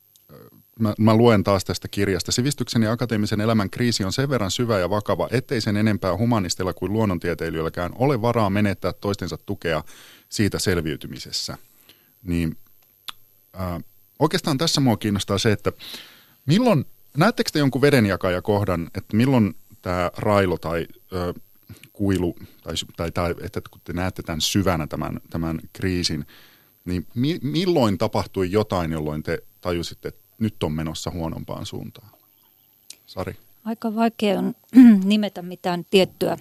Mä, mä luen taas tästä kirjasta. Sivistyksen ja akateemisen elämän kriisi on sen verran syvä ja vakava, ettei sen enempää humanisteilla kuin luonnontieteilijöilläkään ole varaa menettää toistensa tukea siitä selviytymisessä. Niin, ää, oikeastaan tässä mua kiinnostaa se, että milloin, näettekö te jonkun vedenjakajakohdan, että milloin tämä railo tai ö, kuilu, tai, tai, tai että kun te näette tämän syvänä tämän, tämän kriisin, niin mi, milloin tapahtui jotain, jolloin te tajusitte, että nyt on menossa huonompaan suuntaan? Sari? Aika vaikea on nimetä mitään tiettyä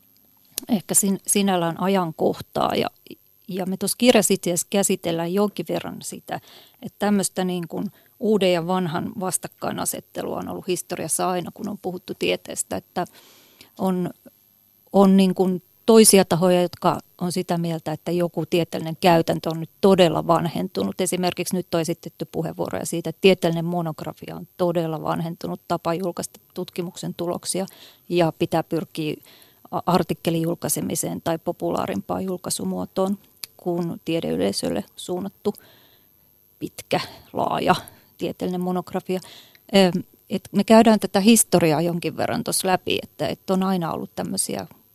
ehkä sin, sinällään ajankohtaa. Ja, ja me tuossa kirjassa itse asiassa käsitellään jonkin verran sitä, että tämmöistä niin kuin uuden ja vanhan vastakkainasettelua on ollut historiassa aina, kun on puhuttu tieteestä. Että on, on niin kuin toisia tahoja, jotka on sitä mieltä, että joku tieteellinen käytäntö on nyt todella vanhentunut. Esimerkiksi nyt on esitetty puheenvuoroja siitä, että tieteellinen monografia on todella vanhentunut tapa julkaista tutkimuksen tuloksia ja pitää pyrkiä artikkelin julkaisemiseen tai populaarimpaan julkaisumuotoon kuin tiedeyleisölle suunnattu pitkä, laaja tieteellinen monografia. Et me käydään tätä historiaa jonkin verran tuossa läpi, että, että on aina ollut tämmöisiä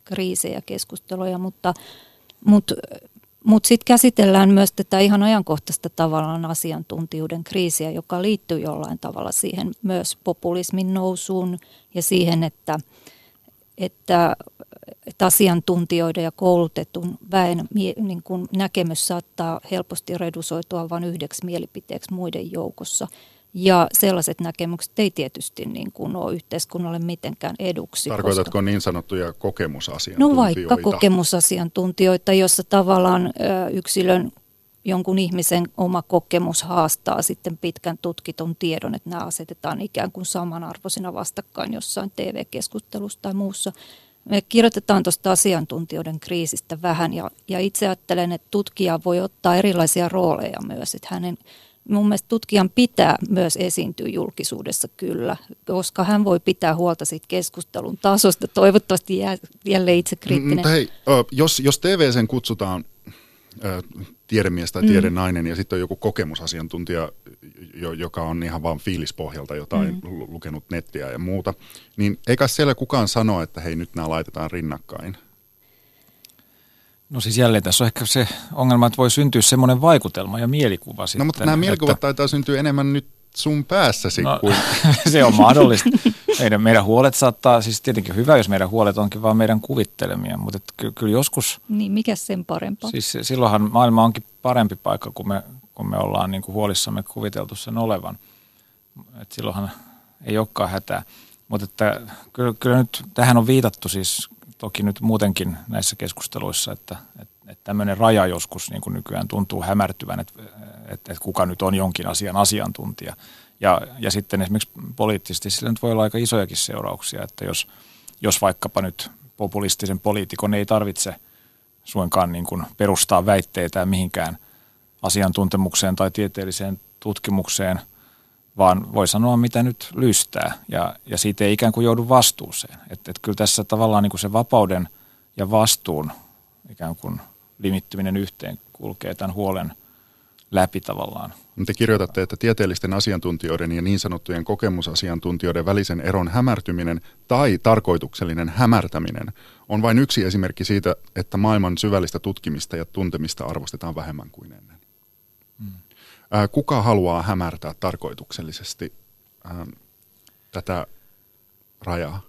kriisejä, keskusteluja, mutta, mutta, mutta sitten käsitellään myös tätä ihan ajankohtaista tavallaan asiantuntijuuden kriisiä, joka liittyy jollain tavalla siihen myös populismin nousuun ja siihen, että, että, että asiantuntijoiden ja koulutetun väen niin kuin näkemys saattaa helposti redusoitua vain yhdeksi mielipiteeksi muiden joukossa. Ja sellaiset näkemykset ei tietysti niin kuin ole yhteiskunnalle mitenkään eduksi. Tarkoitatko koska... niin sanottuja kokemusasiantuntijoita? No vaikka kokemusasiantuntijoita, jossa tavallaan yksilön, jonkun ihmisen oma kokemus haastaa sitten pitkän tutkitun tiedon, että nämä asetetaan ikään kuin samanarvoisina vastakkain jossain T V-keskustelussa tai muussa. Me kirjoitetaan tuosta asiantuntijoiden kriisistä vähän ja, ja itse ajattelen, että tutkija voi ottaa erilaisia rooleja myös, että hänen mun mielestä tutkijan pitää myös esiintyä julkisuudessa kyllä, koska hän voi pitää huolta siitä keskustelun tasosta. Toivottavasti jää jälleen itsekriittinen. Mutta hei, jos, jos T V sen kutsutaan tiedemies tai tiedenainen mm. ja sitten on joku kokemusasiantuntija, joka on ihan vaan fiilispohjalta jotain mm. lukenut nettiä ja muuta, niin eikä siellä kukaan sano, että hei nyt nämä laitetaan rinnakkain. No siis jälleen tässä on ehkä se ongelma, että voi syntyä semmoinen vaikutelma ja mielikuva no, sitten. No mutta nämä mielikuvat että... taitaa syntyä enemmän nyt sun päässäsi no, kuin... se on mahdollista. Meidän, meidän huolet saattaa, siis tietenkin hyvä, jos meidän huolet onkin vaan meidän kuvittelemia, mutta ky- kyllä joskus... Niin, mikä sen parempaa? Siis silloinhan maailma onkin parempi paikka, kun me, kun me ollaan niin kuin huolissamme kuviteltu sen olevan. Et silloinhan ei olekaan hätää. Mutta että kyllä, kyllä nyt tähän on viitattu siis... Toki nyt muutenkin näissä keskusteluissa, että, että, että tämmöinen raja joskus niin kuin nykyään tuntuu hämärtyvän, että, että, että kuka nyt on jonkin asian asiantuntija. Ja, ja sitten esimerkiksi poliittisesti sillä nyt voi olla aika isojakin seurauksia, että jos, jos vaikkapa nyt populistisen poliitikon ei tarvitse suinkaan niin kuin perustaa väitteitä mihinkään asiantuntemukseen tai tieteelliseen tutkimukseen, vaan voi sanoa, mitä nyt lystää, ja, ja siitä ei ikään kuin joudu vastuuseen. Että et kyllä tässä tavallaan niin kuin se vapauden ja vastuun ikään kuin limittyminen yhteen kulkee tämän huolen läpi tavallaan. Te kirjoitatte, että tieteellisten asiantuntijoiden ja niin sanottujen kokemusasiantuntijoiden välisen eron hämärtyminen tai tarkoituksellinen hämärtäminen on vain yksi esimerkki siitä, että maailman syvällistä tutkimista ja tuntemista arvostetaan vähemmän kuin ennen. Hmm. Kuka haluaa hämärtää tarkoituksellisesti ähm, tätä rajaa?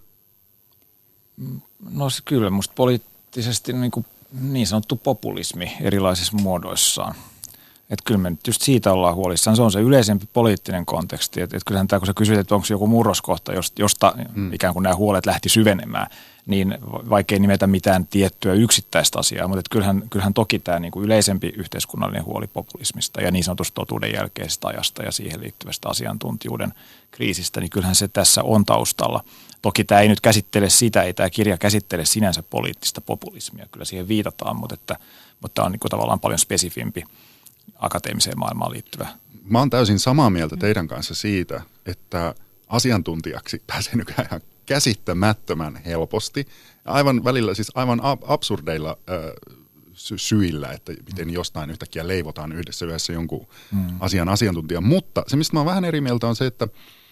No kyllä, musta poliittisesti niin, kuin niin sanottu populismi erilaisissa muodoissaan. Että kyllä me nyt just siitä ollaan huolissaan. Se on se yleisempi poliittinen konteksti. Että et kyllähän tämä, kun sä kysyt, että onko joku murroskohta, josta mm. ikään kuin nämä huolet lähti syvenemään, niin vaikea nimetä mitään tiettyä yksittäistä asiaa, mutta et kyllähän, kyllähän toki tämä niin kuin yleisempi yhteiskunnallinen huoli populismista ja niin sanotusta totuuden jälkeisestä ajasta ja siihen liittyvästä asiantuntijuuden kriisistä, niin kyllähän se tässä on taustalla. Toki tämä ei nyt käsittele sitä, ei tämä kirja käsittele sinänsä poliittista populismia, kyllä siihen viitataan, mutta, että, mutta tämä on niin kuin tavallaan paljon spesifimpi akateemiseen maailmaan liittyvä. Mä oon täysin samaa mieltä teidän kanssa siitä, että asiantuntijaksi pääsee nykyään ihan käsittämättömän helposti. Aivan välillä, siis aivan absurdeilla äh, sy- syillä, että miten jostain yhtäkkiä leivotaan yhdessä yhdessä jonkun mm. asian asiantuntija. Mutta se, mistä mä oon vähän eri mieltä, on se, että,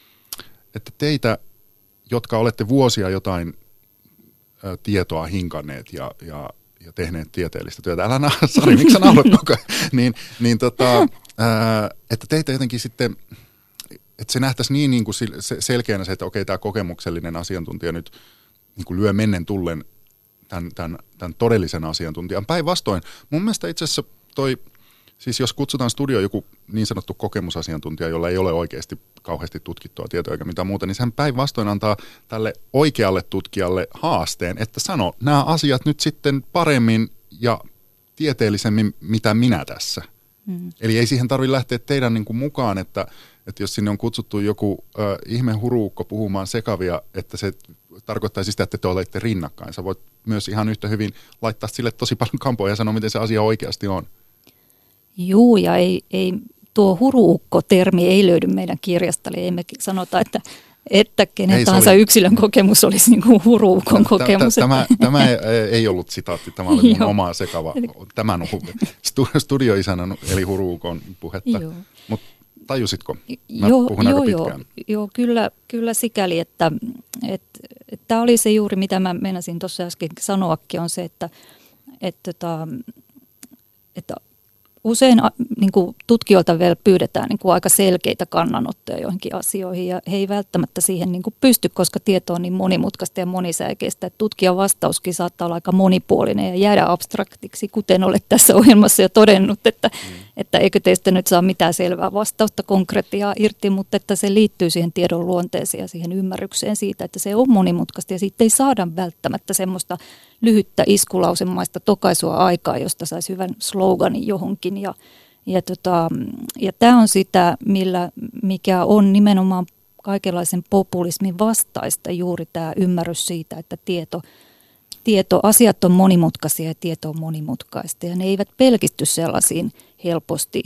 että teitä, jotka olette vuosia jotain äh, tietoa hinkanneet ja, ja ja tehneet tieteellistä työtä. Älä naa, Sari, miksi sä naurat koko ajan? Niin, niin tota, ää, että teitä jotenkin sitten, että se nähtäisi niin, niin kuin selkeänä se, että okei, tämä kokemuksellinen asiantuntija nyt niin kuin lyö mennen tullen tämän, tämän, tämän todellisen asiantuntijan. Päinvastoin, mun mielestä itse asiassa toi, siis jos kutsutaan studio joku niin sanottu kokemusasiantuntija, jolla ei ole oikeasti kauheasti tutkittua tietoa eikä mitään muuta, niin sehän päinvastoin antaa tälle oikealle tutkijalle haasteen, että sano nämä asiat nyt sitten paremmin ja tieteellisemmin, mitä minä tässä. Mm. Eli ei siihen tarvitse lähteä teidän niin kuin mukaan, että, että jos sinne on kutsuttu joku äh, ihme huruukko puhumaan sekavia, että se tarkoittaisi sitä, että te olette rinnakkain. Sä voit myös ihan yhtä hyvin laittaa sille tosi paljon kampoja ja sanoa, miten se asia oikeasti on. Juu, ja ei, ei, tuo huruukko-termi ei löydy meidän kirjasta, eli emme sanota, että, että kenen ei, tahansa oli... yksilön kokemus olisi niin kuin huruukon kokemus. Tämä, tämä ei ollut sitaatti, tämä oli mun oma sekava, tämän studioisänän eli huruukon puhetta, mutta tajusitko? Mä joo, puhun joo, aika joo, pitkään. joo, kyllä, kyllä sikäli, että, että, että tämä oli se juuri, mitä mä meinasin tuossa äsken sanoakin, on se, että, että, että, että usein niin kuin tutkijoilta vielä pyydetään niin kuin aika selkeitä kannanottoja joihinkin asioihin ja he ei välttämättä siihen niin kuin pysty, koska tieto on niin monimutkaista ja monisäikeistä. Että tutkijan vastauskin saattaa olla aika monipuolinen ja jäädä abstraktiksi, kuten olet tässä ohjelmassa jo todennut, että, mm. että eikö teistä nyt saa mitään selvää vastausta konkretiaa irti, mutta että se liittyy siihen tiedon luonteeseen ja siihen ymmärrykseen siitä, että se on monimutkaista ja siitä ei saada välttämättä semmoista lyhyttä iskulausemaista tokaisua aikaa, josta saisi hyvän sloganin johonkin. Ja, ja, tota, ja tämä on sitä, millä, mikä on nimenomaan kaikenlaisen populismin vastaista juuri tämä ymmärrys siitä, että tieto, tieto, asiat on monimutkaisia ja tieto on monimutkaista. Ja ne eivät pelkisty sellaisiin helposti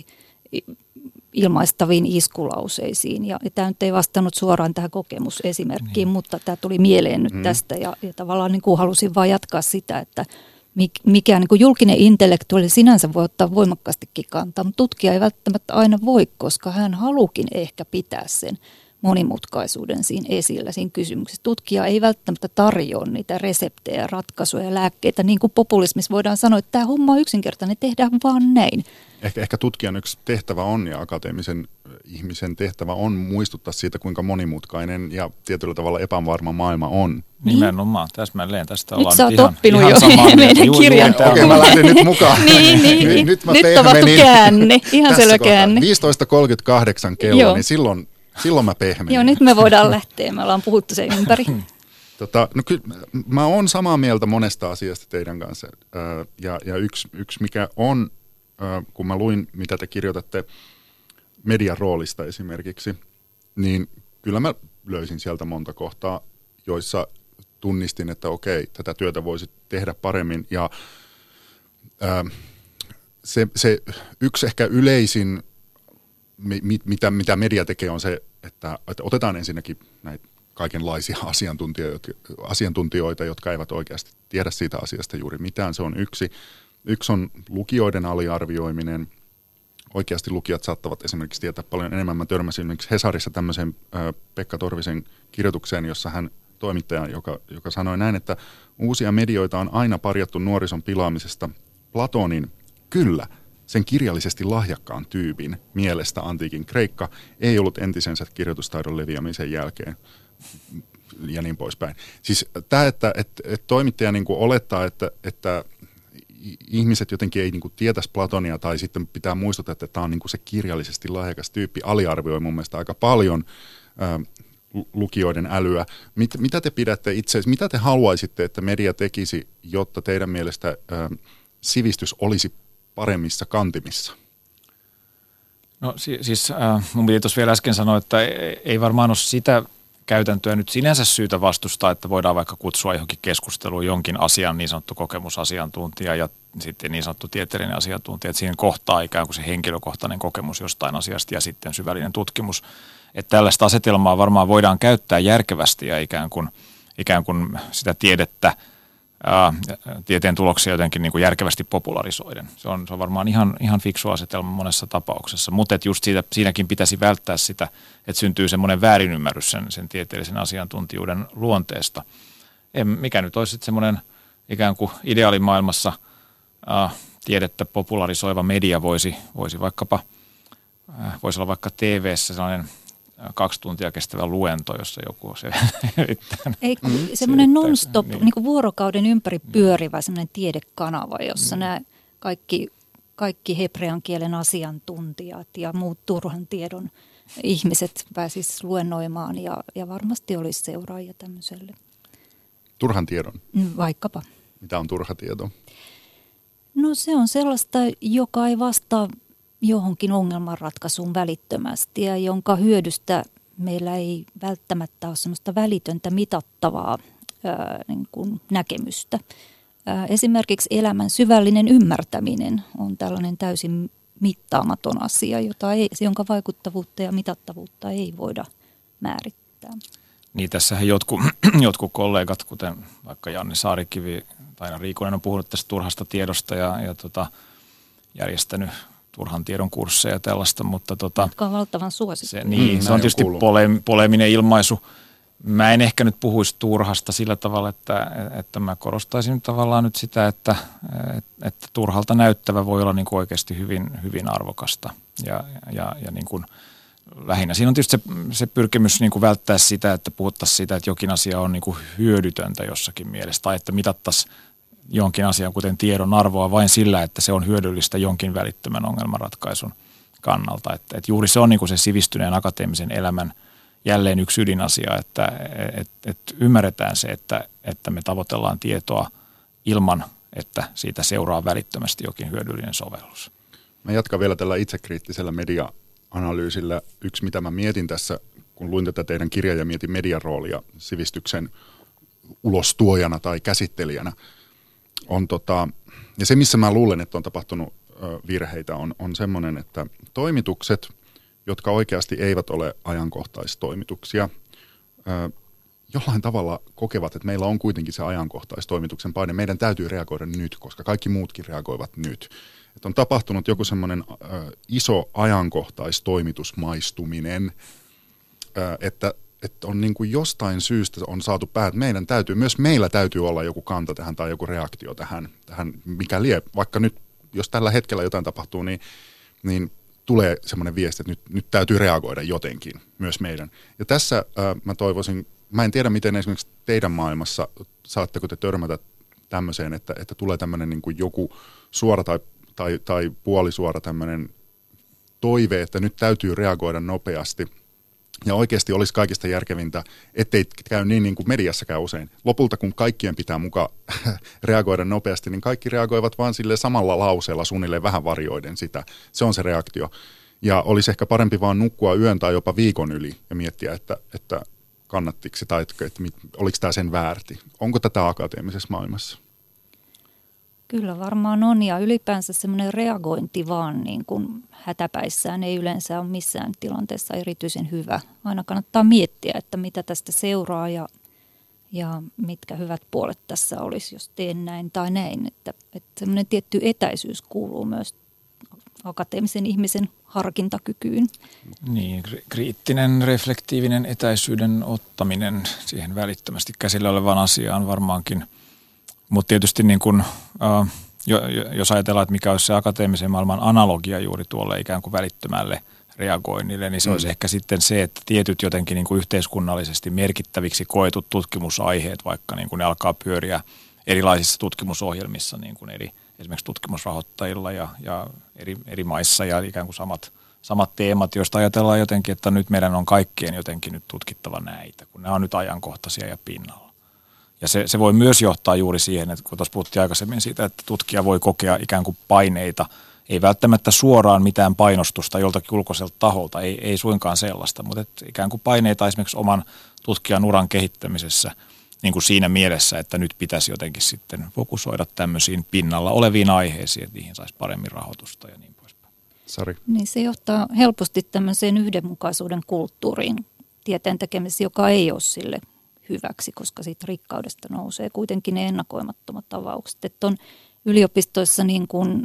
ilmaistaviin iskulauseisiin. Ja, ja tämä nyt ei vastannut suoraan tähän kokemusesimerkkiin, niin. Mutta tämä tuli mieleen nyt mm. tästä. Ja, ja tavallaan niin kuin halusin vain jatkaa sitä, että mikä niin kuin julkinen intellektuaali sinänsä voi ottaa voimakkaastikin kantaa, mutta tutkija ei välttämättä aina voi, koska hän haluukin ehkä pitää sen monimutkaisuuden siinä esillä, siinä kysymyksessä. Tutkija ei välttämättä tarjoa niitä reseptejä, ratkaisuja ja lääkkeitä, niin kuin populismissa voidaan sanoa, että tämä homma on yksinkertainen, tehdään vaan näin. Ehkä, ehkä tutkijan yksi tehtävä on ja akateemisen ihmisen tehtävä on muistuttaa siitä, kuinka monimutkainen ja tietyllä tavalla epävarma maailma on. Nimenomaan, täsmälleen. Tästä ollaan nyt, nyt ihan, oppinut ihan jo samaa meidän kirjan. Okei, okay, mä lähdin nyt mukaan. niin, niin, nyt, nyt, mä nyt tapahtui käänne, ihan selvä käänne. viisitoista kolmekymmentäkahdeksan kello, Joo. niin silloin, silloin mä pehmenin. Joo, nyt me voidaan lähteä, me ollaan puhuttu sen ympäri. Tota, no kyllä, mä oon samaa mieltä monesta asiasta teidän kanssa. Ja, ja yksi, yksi, mikä on, kun mä luin, mitä te kirjoitatte median roolista esimerkiksi, niin kyllä mä löysin sieltä monta kohtaa, joissa tunnistin, että okei, tätä työtä voisi tehdä paremmin. Ja ää, se, se yksi ehkä yleisin, mit, mitä, mitä media tekee, on se, että, että otetaan ensinnäkin näitä kaikenlaisia asiantuntijoita, asiantuntijoita, jotka eivät oikeasti tiedä siitä asiasta juuri mitään. Se on yksi. Yksi on lukijoiden aliarvioiminen. Oikeasti lukijat saattavat esimerkiksi tietää paljon enemmän. Mä törmäsin esimerkiksi Hesarissa tämmöisen äh, Pekka Torvisen kirjoitukseen, jossa hän toimittaja, joka, joka sanoi näin, että uusia medioita on aina parjattu nuorison pilaamisesta. Platonin, kyllä, sen kirjallisesti lahjakkaan tyypin mielestä antiikin Kreikka ei ollut entisensä kirjoitustaidon leviämisen jälkeen ja niin poispäin. Siis tämä, että et, et toimittaja niin kuin olettaa, että, että ihmiset jotenkin ei niin kuin tietäisi Platonia tai sitten pitää muistuttaa, että tämä on niin kuin se kirjallisesti lahjakas tyyppi, aliarvioi mun mielestä aika paljon ä, lukijoiden älyä. Mit, mitä te pidätte itse, mitä te haluaisitte, että media tekisi, jotta teidän mielestä ä, sivistys olisi paremmissa kantimissa? No siis äh, mun piti tuossa vielä äsken sanoa, että ei, ei varmaan ole sitä käytäntöä nyt sinänsä syytä vastustaa, että voidaan vaikka kutsua johonkin keskusteluun jonkin asian niin sanottu kokemusasiantuntija ja sitten niin sanottu tieteellinen asiantuntija, että siihen kohtaa ikään kuin se henkilökohtainen kokemus jostain asiasta ja sitten syvällinen tutkimus. Että tällaista asetelmaa varmaan voidaan käyttää järkevästi ja ikään kuin, ikään kuin sitä tiedettä, ää, tieteen tuloksia jotenkin niin kuin järkevästi popularisoiden. Se on, se on varmaan ihan, ihan fiksu asetelma monessa tapauksessa, mutta just siitä, siinäkin pitäisi välttää sitä, että syntyy semmoinen väärinymmärrys sen, sen tieteellisen asiantuntijuuden luonteesta. En, mikä nyt olisi sitten semmoinen ikään kuin ideaalimaailmassa ää, tiedettä popularisoiva media voisi, voisi vaikkapa, ää, voisi olla vaikka T V:ssä sellainen kaksi tuntia kestävä luento, jossa joku se yrittää. Ei, mm, semmoinen non-stop, niin. Niin kuin vuorokauden ympäri pyörivä semmoinen tiedekanava, jossa mm. nämä kaikki, kaikki hebrean kielen asiantuntijat ja muut turhan tiedon ihmiset pääsisivät luennoimaan ja, ja varmasti olisi seuraajia tämmöiselle. Turhan tiedon? Vaikkapa. Mitä on turha tieto? No se on sellaista, joka ei vastaa johonkin ongelmanratkaisuun välittömästi ja jonka hyödystä meillä ei välttämättä ole sellaista välitöntä mitattavaa ää, niin kuin näkemystä. Ää, esimerkiksi elämän syvällinen ymmärtäminen on tällainen täysin mittaamaton asia, jota ei, jonka vaikuttavuutta ja mitattavuutta ei voida määrittää. Niin tässähän jotkut, jotkut kollegat, kuten vaikka Janni Saarikivi tai Aina Riikonen on puhunut tästä turhasta tiedosta ja, ja tota, järjestänyt turhan tiedon kursseja ja tällaista, mutta tota, jotka on valtavan suosittu. Se, niin, mm, se on tietysti pole, poleminen ilmaisu, Mä en ehkä nyt puhuisi turhasta sillä tavalla, että, että mä korostaisin tavallaan nyt sitä, että, että turhalta näyttävä voi olla niin kuin oikeasti hyvin, hyvin arvokasta. Ja, ja, ja niin kuin lähinnä siinä on tietysti se, se pyrkimys niin kuin välttää sitä, että puhuttaisiin siitä, että jokin asia on niin kuin hyödytöntä jossakin mielessä, tai että mitattaisiin jonkin asian, kuten tiedon arvoa, vain sillä, että se on hyödyllistä jonkin välittömän ongelmanratkaisun kannalta. Että, että juuri se on niin kuin se sivistyneen akateemisen elämän jälleen yksi ydinasia, että et, et ymmärretään se, että, että me tavoitellaan tietoa ilman, että siitä seuraa välittömästi jokin hyödyllinen sovellus. Mä jatkan vielä tällä itsekriittisellä media-analyysillä. Yksi, mitä mä mietin tässä, kun luin tätä teidän kirjaa ja mietin median roolia sivistyksen ulostuojana tai käsittelijänä, on tota, ja se, missä mä luulen, että on tapahtunut ö, virheitä, on, on semmoinen, että toimitukset, jotka oikeasti eivät ole ajankohtaistoimituksia, ö, jollain tavalla kokevat, että meillä on kuitenkin se ajankohtaistoimituksen paine. Meidän täytyy reagoida nyt, koska kaikki muutkin reagoivat nyt. Että on tapahtunut joku semmoinen ö, iso ajankohtaistoimitusmaistuminen, ö, että, että on niin kuin jostain syystä on saatu päät. Meidän täytyy, myös meillä täytyy olla joku kanta tähän tai joku reaktio tähän, tähän mikä lie. Vaikka nyt, jos tällä hetkellä jotain tapahtuu, niin, niin tulee semmoinen viesti, että nyt, nyt täytyy reagoida jotenkin, myös meidän. Ja tässä äh, mä toivoisin, mä en tiedä miten esimerkiksi teidän maailmassa, saatteko te törmätä tämmöiseen, että, että tulee tämmöinen niin kuin joku suora tai, tai, tai puolisuora tämmöinen toive, että nyt täytyy reagoida nopeasti. Ja oikeasti olisi kaikista järkevintä, ettei käy niin, niin kuin mediassa käy usein. Lopulta, kun kaikkien pitää mukaan reagoida nopeasti, niin kaikki reagoivat vaan sille samalla lauseella suunnilleen vähän varjoiden sitä. Se on se reaktio. Ja olisi ehkä parempi vaan nukkua yön tai jopa viikon yli ja miettiä, että, että kannattiko se tai että, että oliko tämä sen väärti. Onko tätä akateemisessa maailmassa? Kyllä varmaan on, ja ylipäänsä semmoinen reagointi vaan niin kuin hätäpäissään ei yleensä ole missään tilanteessa erityisen hyvä. Aina kannattaa miettiä, että mitä tästä seuraa ja, ja mitkä hyvät puolet tässä olisi, jos teen näin tai näin. Että, että semmoinen tietty etäisyys kuuluu myös akateemisen ihmisen harkintakykyyn. Niin, kriittinen, reflektiivinen etäisyyden ottaminen siihen välittömästi käsillä olevaan asiaan varmaankin. Mutta tietysti niin kun, äh, jos ajatellaan, että mikä olisi se akateemisen maailman analogia juuri tuolle ikään kuin välittömälle reagoinnille, niin se mm. olisi ehkä sitten se, että tietyt jotenkin niin kuin yhteiskunnallisesti merkittäviksi koetut tutkimusaiheet, vaikka niin kuin ne alkaa pyöriä erilaisissa tutkimusohjelmissa, niin kuin eri, esimerkiksi tutkimusrahoittajilla ja, ja eri, eri maissa ja ikään kuin samat, samat teemat, joista ajatellaan jotenkin, että nyt meidän on kaikkien jotenkin nyt tutkittava näitä, kun nämä on nyt ajankohtaisia ja pinnalla. Ja se, se voi myös johtaa juuri siihen, että kun tuossa puhuttiin aikaisemmin siitä, että tutkija voi kokea ikään kuin paineita, ei välttämättä suoraan mitään painostusta joltakin ulkoiselta taholta, ei, ei suinkaan sellaista, mutta että ikään kuin paineita esimerkiksi oman tutkijan uran kehittämisessä niin kuin siinä mielessä, että nyt pitäisi jotenkin sitten fokusoida tämmöisiin pinnalla oleviin aiheisiin, että niihin saisi paremmin rahoitusta ja niin poispäin. Sari. Niin se johtaa helposti tämmöiseen yhdenmukaisuuden kulttuuriin tieteen tekemisessä, joka ei ole sille hyväksi, koska siitä rikkaudesta nousee kuitenkin ne ennakoimattomat avaukset. Että on yliopistoissa niin kuin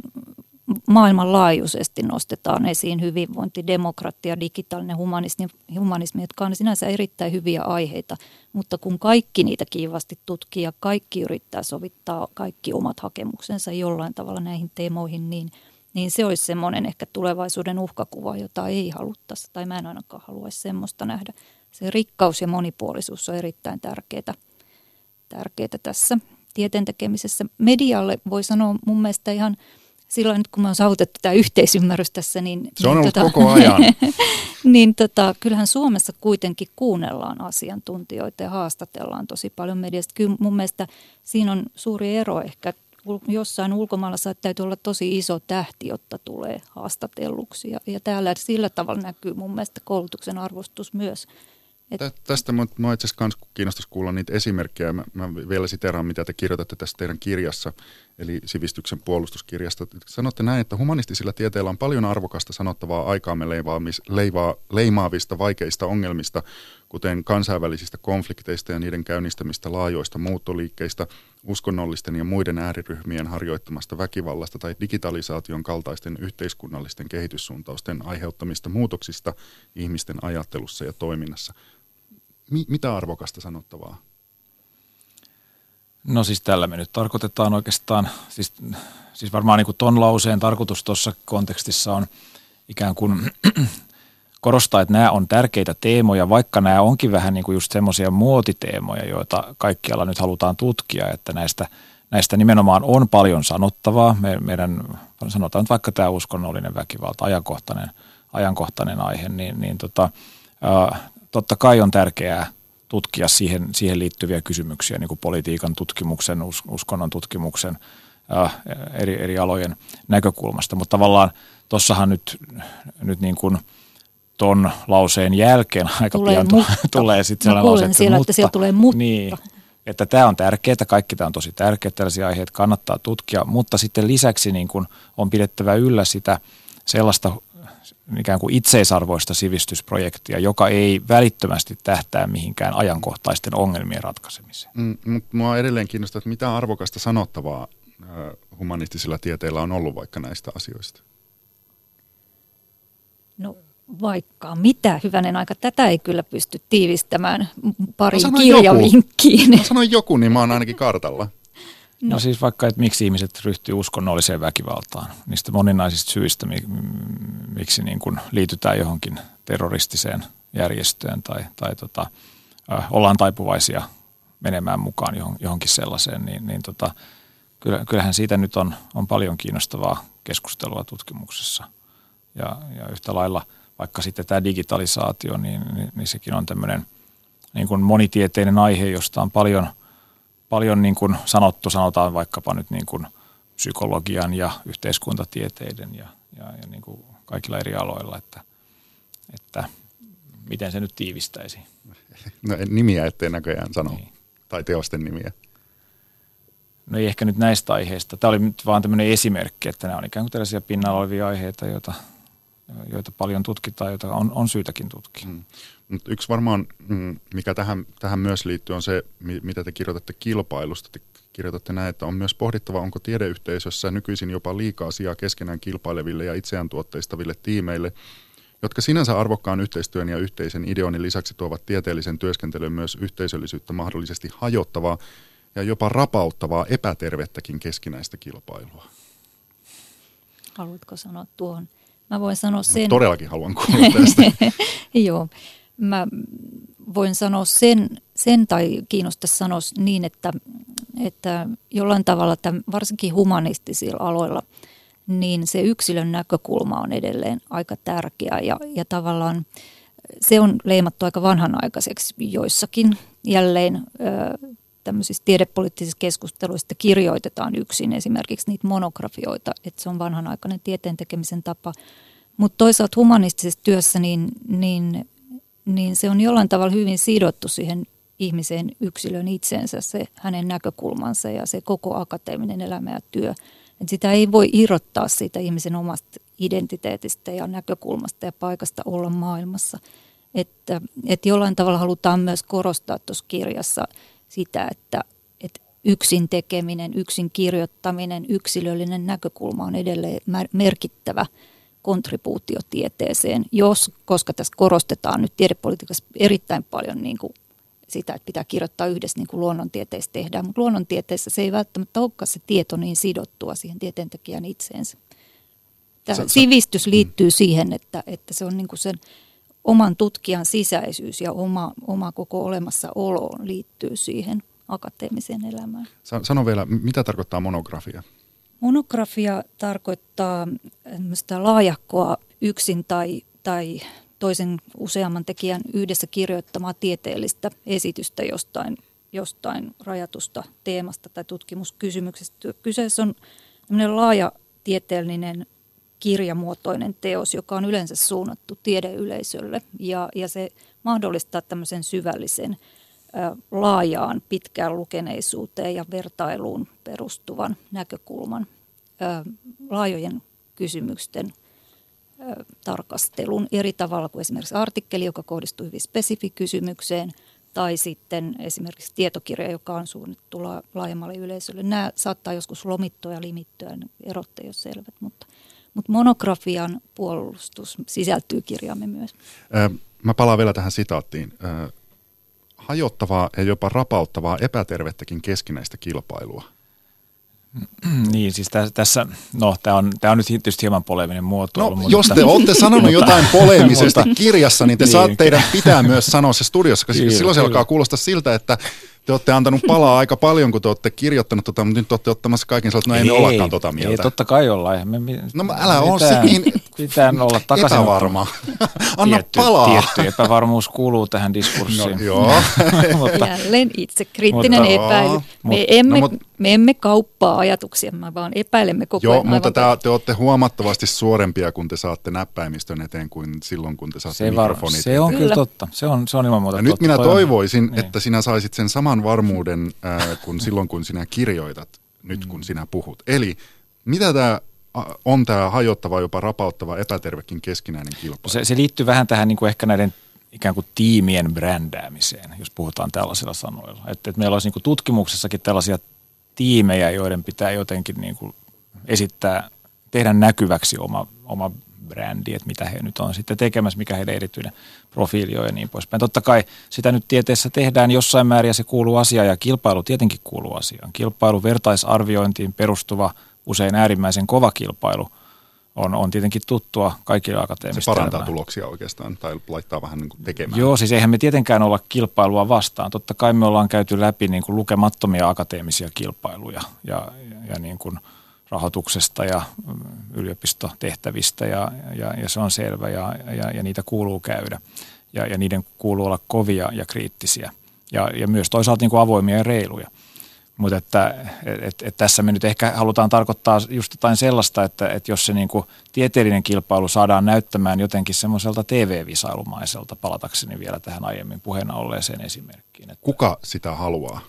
maailmanlaajuisesti nostetaan esiin hyvinvointi, demokratia, digitaalinen humanismi, humanismi, jotka on sinänsä erittäin hyviä aiheita, mutta kun kaikki niitä kiivasti tutkii ja kaikki yrittää sovittaa kaikki omat hakemuksensa jollain tavalla näihin teemoihin, niin, niin se olisi semmoinen ehkä tulevaisuuden uhkakuva, jota ei haluttaisi, tai mä en ainakaan haluaisi semmoista nähdä. Se rikkaus ja monipuolisuus on erittäin tärkeää, tärkeää tässä tieteen tekemisessä. Medialle voi sanoa mun mielestä ihan silloin, kun me on saavutettu tämä yhteisymmärrys tässä, niin se on niin, ollut tota, koko ajan. niin tota, kyllähän Suomessa kuitenkin kuunnellaan asiantuntijoita ja haastatellaan tosi paljon mediasta. Kyllä mun mielestä siinä on suuri ero ehkä. Jossain ulkomailla täytyy olla tosi iso tähti, jotta tulee haastatelluksi. Ja, ja täällä sillä tavalla näkyy mun mielestä koulutuksen arvostus myös. Et... Tästä minua itse asiassa kiinnostaisi kuulla niitä esimerkkejä. Mä, mä vielä siteraan, mitä te kirjoitatte tässä teidän kirjassa, eli sivistyksen puolustuskirjasta. Sanotte näin, että humanistisilla tieteillä on paljon arvokasta sanottavaa aikaamme leivaa, leimaavista vaikeista ongelmista, kuten kansainvälisistä konflikteista ja niiden käynnistämistä laajoista muuttoliikkeistä, uskonnollisten ja muiden ääriryhmien harjoittamasta väkivallasta tai digitalisaation kaltaisten yhteiskunnallisten kehityssuuntausten aiheuttamista muutoksista ihmisten ajattelussa ja toiminnassa. mi, mitä arvokasta sanottavaa? No siis tällä me nyt tarkoitetaan oikeastaan, siis, siis varmaan niin kuin ton lauseen tarkoitus tuossa kontekstissa on ikään kuin korostaa, että nämä on tärkeitä teemoja, vaikka nämä onkin vähän niin kuin just semmoisia muotiteemoja, joita kaikkialla nyt halutaan tutkia, että näistä, näistä nimenomaan on paljon sanottavaa. Me, meidän, sanotaan nyt vaikka tämä uskonnollinen väkivalta, ajankohtainen, ajankohtainen aihe, niin, niin tota, ää, totta kai on tärkeää tutkia siihen, siihen liittyviä kysymyksiä, niin kuin politiikan tutkimuksen, us, uskonnon tutkimuksen, ää, eri, eri alojen näkökulmasta, mutta tavallaan tuossahan nyt, nyt niin kuin ton lauseen jälkeen aika tulee pian mutta. tulee sitten sellainen lause, että siellä, mutta, että siellä tulee mutta. Niin, että tämä on tärkeää, kaikki tämä on tosi tärkeää, tällaisia aiheita kannattaa tutkia, mutta sitten lisäksi niin kuin on pidettävä yllä sitä sellaista ikään kuin itseisarvoista sivistysprojektia, joka ei välittömästi tähtää mihinkään ajankohtaisten ongelmien ratkaisemiseen. Mm, mutta minua edelleen kiinnostaa, että mitä arvokasta sanottavaa humanistisilla tieteillä on ollut vaikka näistä asioista? No vaikka mitä, hyvänen aika. Tätä ei kyllä pysty tiivistämään pari no, kirjavinkkiin. Mä sanoin joku, niin mä oon ainakin kartalla. No, no siis vaikka, että miksi ihmiset ryhtyy uskonnolliseen väkivaltaan, niistä moninaisista syistä, miksi niin kuin liitytään johonkin terroristiseen järjestöön tai, tai tota, äh, ollaan taipuvaisia menemään mukaan johonkin sellaiseen, niin, niin tota, kyllähän siitä nyt on, on paljon kiinnostavaa keskustelua tutkimuksessa. Ja, ja yhtä lailla vaikka sitten tämä digitalisaatio, niin, niin, niin sekin on tämmöinen niin kuin monitieteinen aihe, josta on paljon, paljon niin kuin sanottu, sanotaan vaikkapa nyt niin kuin psykologian ja yhteiskuntatieteiden ja, ja, ja niin kuin kaikilla eri aloilla, että, että miten se nyt tiivistäisi. No nimiä ettei näköjään sano, niin. Tai teosten nimiä. No ei ehkä nyt näistä aiheista. Tämä oli nyt vaan tämmöinen esimerkki, että nämä on ikään kuin tällaisia pinnalla olevia aiheita, joita, joita paljon tutkitaan, joita on, on syytäkin tutkia. Hmm. Mut yksi varmaan, mikä tähän, tähän myös liittyy, on se, mitä te kirjoitatte kilpailusta. Te kirjoitatte näin, että on myös pohdittava, onko tiedeyhteisössä nykyisin jopa liikaa sijaa keskenään kilpaileville ja itseään tuotteistaville tiimeille, jotka sinänsä arvokkaan yhteistyön ja yhteisen ideoinnin lisäksi tuovat tieteellisen työskentelyyn myös yhteisöllisyyttä mahdollisesti hajottavaa ja jopa rapauttavaa epätervettäkin keskinäistä kilpailua. Haluatko sanoa tuohon? Mä voin sanoa sen. Mä todellakin haluan kuulla tästä. Joo, mä voin sanoa sen, sen tai kiinnostaa sanoa niin, että, että jollain tavalla tämän, varsinkin humanistisilla aloilla, niin se yksilön näkökulma on edelleen aika tärkeä ja, ja tavallaan se on leimattu aika vanhanaikaiseksi joissakin jälleen ö, tämmöisissä tiedepoliittisissa keskusteluissa kirjoitetaan yksin esimerkiksi niitä monografioita, että se on vanhanaikainen tieteen tekemisen tapa. Mutta toisaalta humanistisessa työssä niin, niin, niin se on jollain tavalla hyvin sidottu siihen ihmisen yksilön itsensä, se hänen näkökulmansa ja se koko akateeminen elämä ja työ. Et sitä ei voi irrottaa siitä ihmisen omasta identiteetistä ja näkökulmasta ja paikasta olla maailmassa. Että, että jollain tavalla halutaan myös korostaa tuossa kirjassa sitä, että, että yksin tekeminen, yksin kirjoittaminen, yksilöllinen näkökulma on edelleen merkittävä kontribuutio tieteeseen, jos, koska tässä korostetaan nyt tiedepolitiikassa erittäin paljon niin kuin sitä, että pitää kirjoittaa yhdessä niin kuin luonnontieteissä tehdään, mutta luonnontieteessä se ei välttämättä olekaan se tieto niin sidottua siihen tieteentekijän itseensä. Tämä sivistys liittyy siihen, että, että se on niin kuin sen oman tutkijan sisäisyys ja oma, oma koko olemassaolo liittyy siihen akateemiseen elämään. Sano vielä, mitä tarkoittaa monografia? Monografia tarkoittaa laajakkoa yksin tai, tai toisen useamman tekijän yhdessä kirjoittamaa tieteellistä esitystä jostain, jostain rajatusta teemasta tai tutkimuskysymyksestä. Kyseessä on laaja tieteellinen kirjamuotoinen teos, joka on yleensä suunnattu tiedeyleisölle ja, ja se mahdollistaa tämmöisen syvällisen, ä, laajaan, pitkään lukeneisuuteen ja vertailuun perustuvan näkökulman, ä, laajojen kysymysten ä, tarkastelun eri tavalla kuin esimerkiksi artikkeli, joka kohdistuu hyvin spesifikysymykseen, tai sitten esimerkiksi tietokirja, joka on suunnattu la, laajemmalle yleisölle. Nämä saattaa joskus lomittua ja limittyä, erot ei ole selvät, mutta Mutta monografian puolustus sisältyy kirjaamme myös. Mä palaan vielä tähän sitaattiin. hajottavaa ja jopa rapauttavaa epätervettäkin keskinäistä kilpailua. Niin, siis tä, tässä, no tämä on, tää on nyt tietysti hieman poleeminen muotoilu. No, mutta, jos te olette sanonut jotain poleemisesti mutta, kirjassa, niin te niin, saat, teidän pitää myös sanoa se studiossa, koska kyllä, silloin se kyllä. alkaa kuulostaa siltä, että te olette antanut palaa aika paljon, kun te olette kirjoittanut tota, mutta nyt te olette ottamassa kaiken sellaista, no ei, ei me ollakaan tota mieltä. Ei, totta kai ollaan. Me, me, no älä ole se niin pitää olla takaisin. Epävarma. Anna tietty, palaa. Tietty epävarmuus kuuluu tähän diskurssiin. No, joo. mutta, jälleen itsekriittinen mutta, epäily. Me, mutta, emme, no, mutta, me emme kauppaa ajatuksia, me vaan epäilemme koko joo, ajan. mutta tää, te olette huomattavasti suorempia, kun te saatte näppäimistön eteen kuin silloin, kun te saatte se mikrofonit var, Se on kyllä, kyllä totta. Se on, se on ilman muuta ja totta. Nyt minä Toi toivoisin, on, että niin. sinä saisit sen saman varmuuden äh, kuin silloin, kun sinä kirjoitat, nyt kun sinä puhut. Eli mitä tämä on tämä hajottava, jopa rapauttava, epätervekin keskinäinen kilpailu? Se, se liittyy vähän tähän niin kuin ehkä näiden ikään kuin tiimien brändäämiseen, jos puhutaan tällaisilla sanoilla. Että et meillä olisi niin kuin tutkimuksessakin tällaisia tiimejä, joiden pitää jotenkin niin kuin esittää, tehdä näkyväksi oma, oma brändi, että mitä he nyt on sitten tekemässä, mikä heidän erityinen profiili on ja niin poispäin. Totta kai sitä nyt tieteessä tehdään jossain määrin ja se kuuluu asiaan ja kilpailu tietenkin kuuluu asiaan. Kilpailu vertaisarviointiin perustuva, usein äärimmäisen kova kilpailu on, on tietenkin tuttua kaikille akateemisesti. Se parantaa tuloksia oikeastaan tai laittaa vähän niin kuin tekemään. Joo, siis eihän me tietenkään olla kilpailua vastaan. Totta kai me ollaan käyty läpi niin kuin lukemattomia akateemisia kilpailuja ja, ja, ja niin kuin rahoituksesta ja yliopistotehtävistä ja, ja, ja se on selvä ja, ja, ja niitä kuuluu käydä ja, ja niiden kuuluu olla kovia ja kriittisiä ja, ja myös toisaalta niin kuin avoimia ja reiluja. Mutta että et, et tässä me nyt ehkä halutaan tarkoittaa just jotain sellaista, että et jos se niin kuin tieteellinen kilpailu saadaan näyttämään jotenkin semmoiselta T V-visailumaiselta, palatakseni vielä tähän aiemmin puheena olleeseen esimerkkiin. Että kuka sitä haluaa?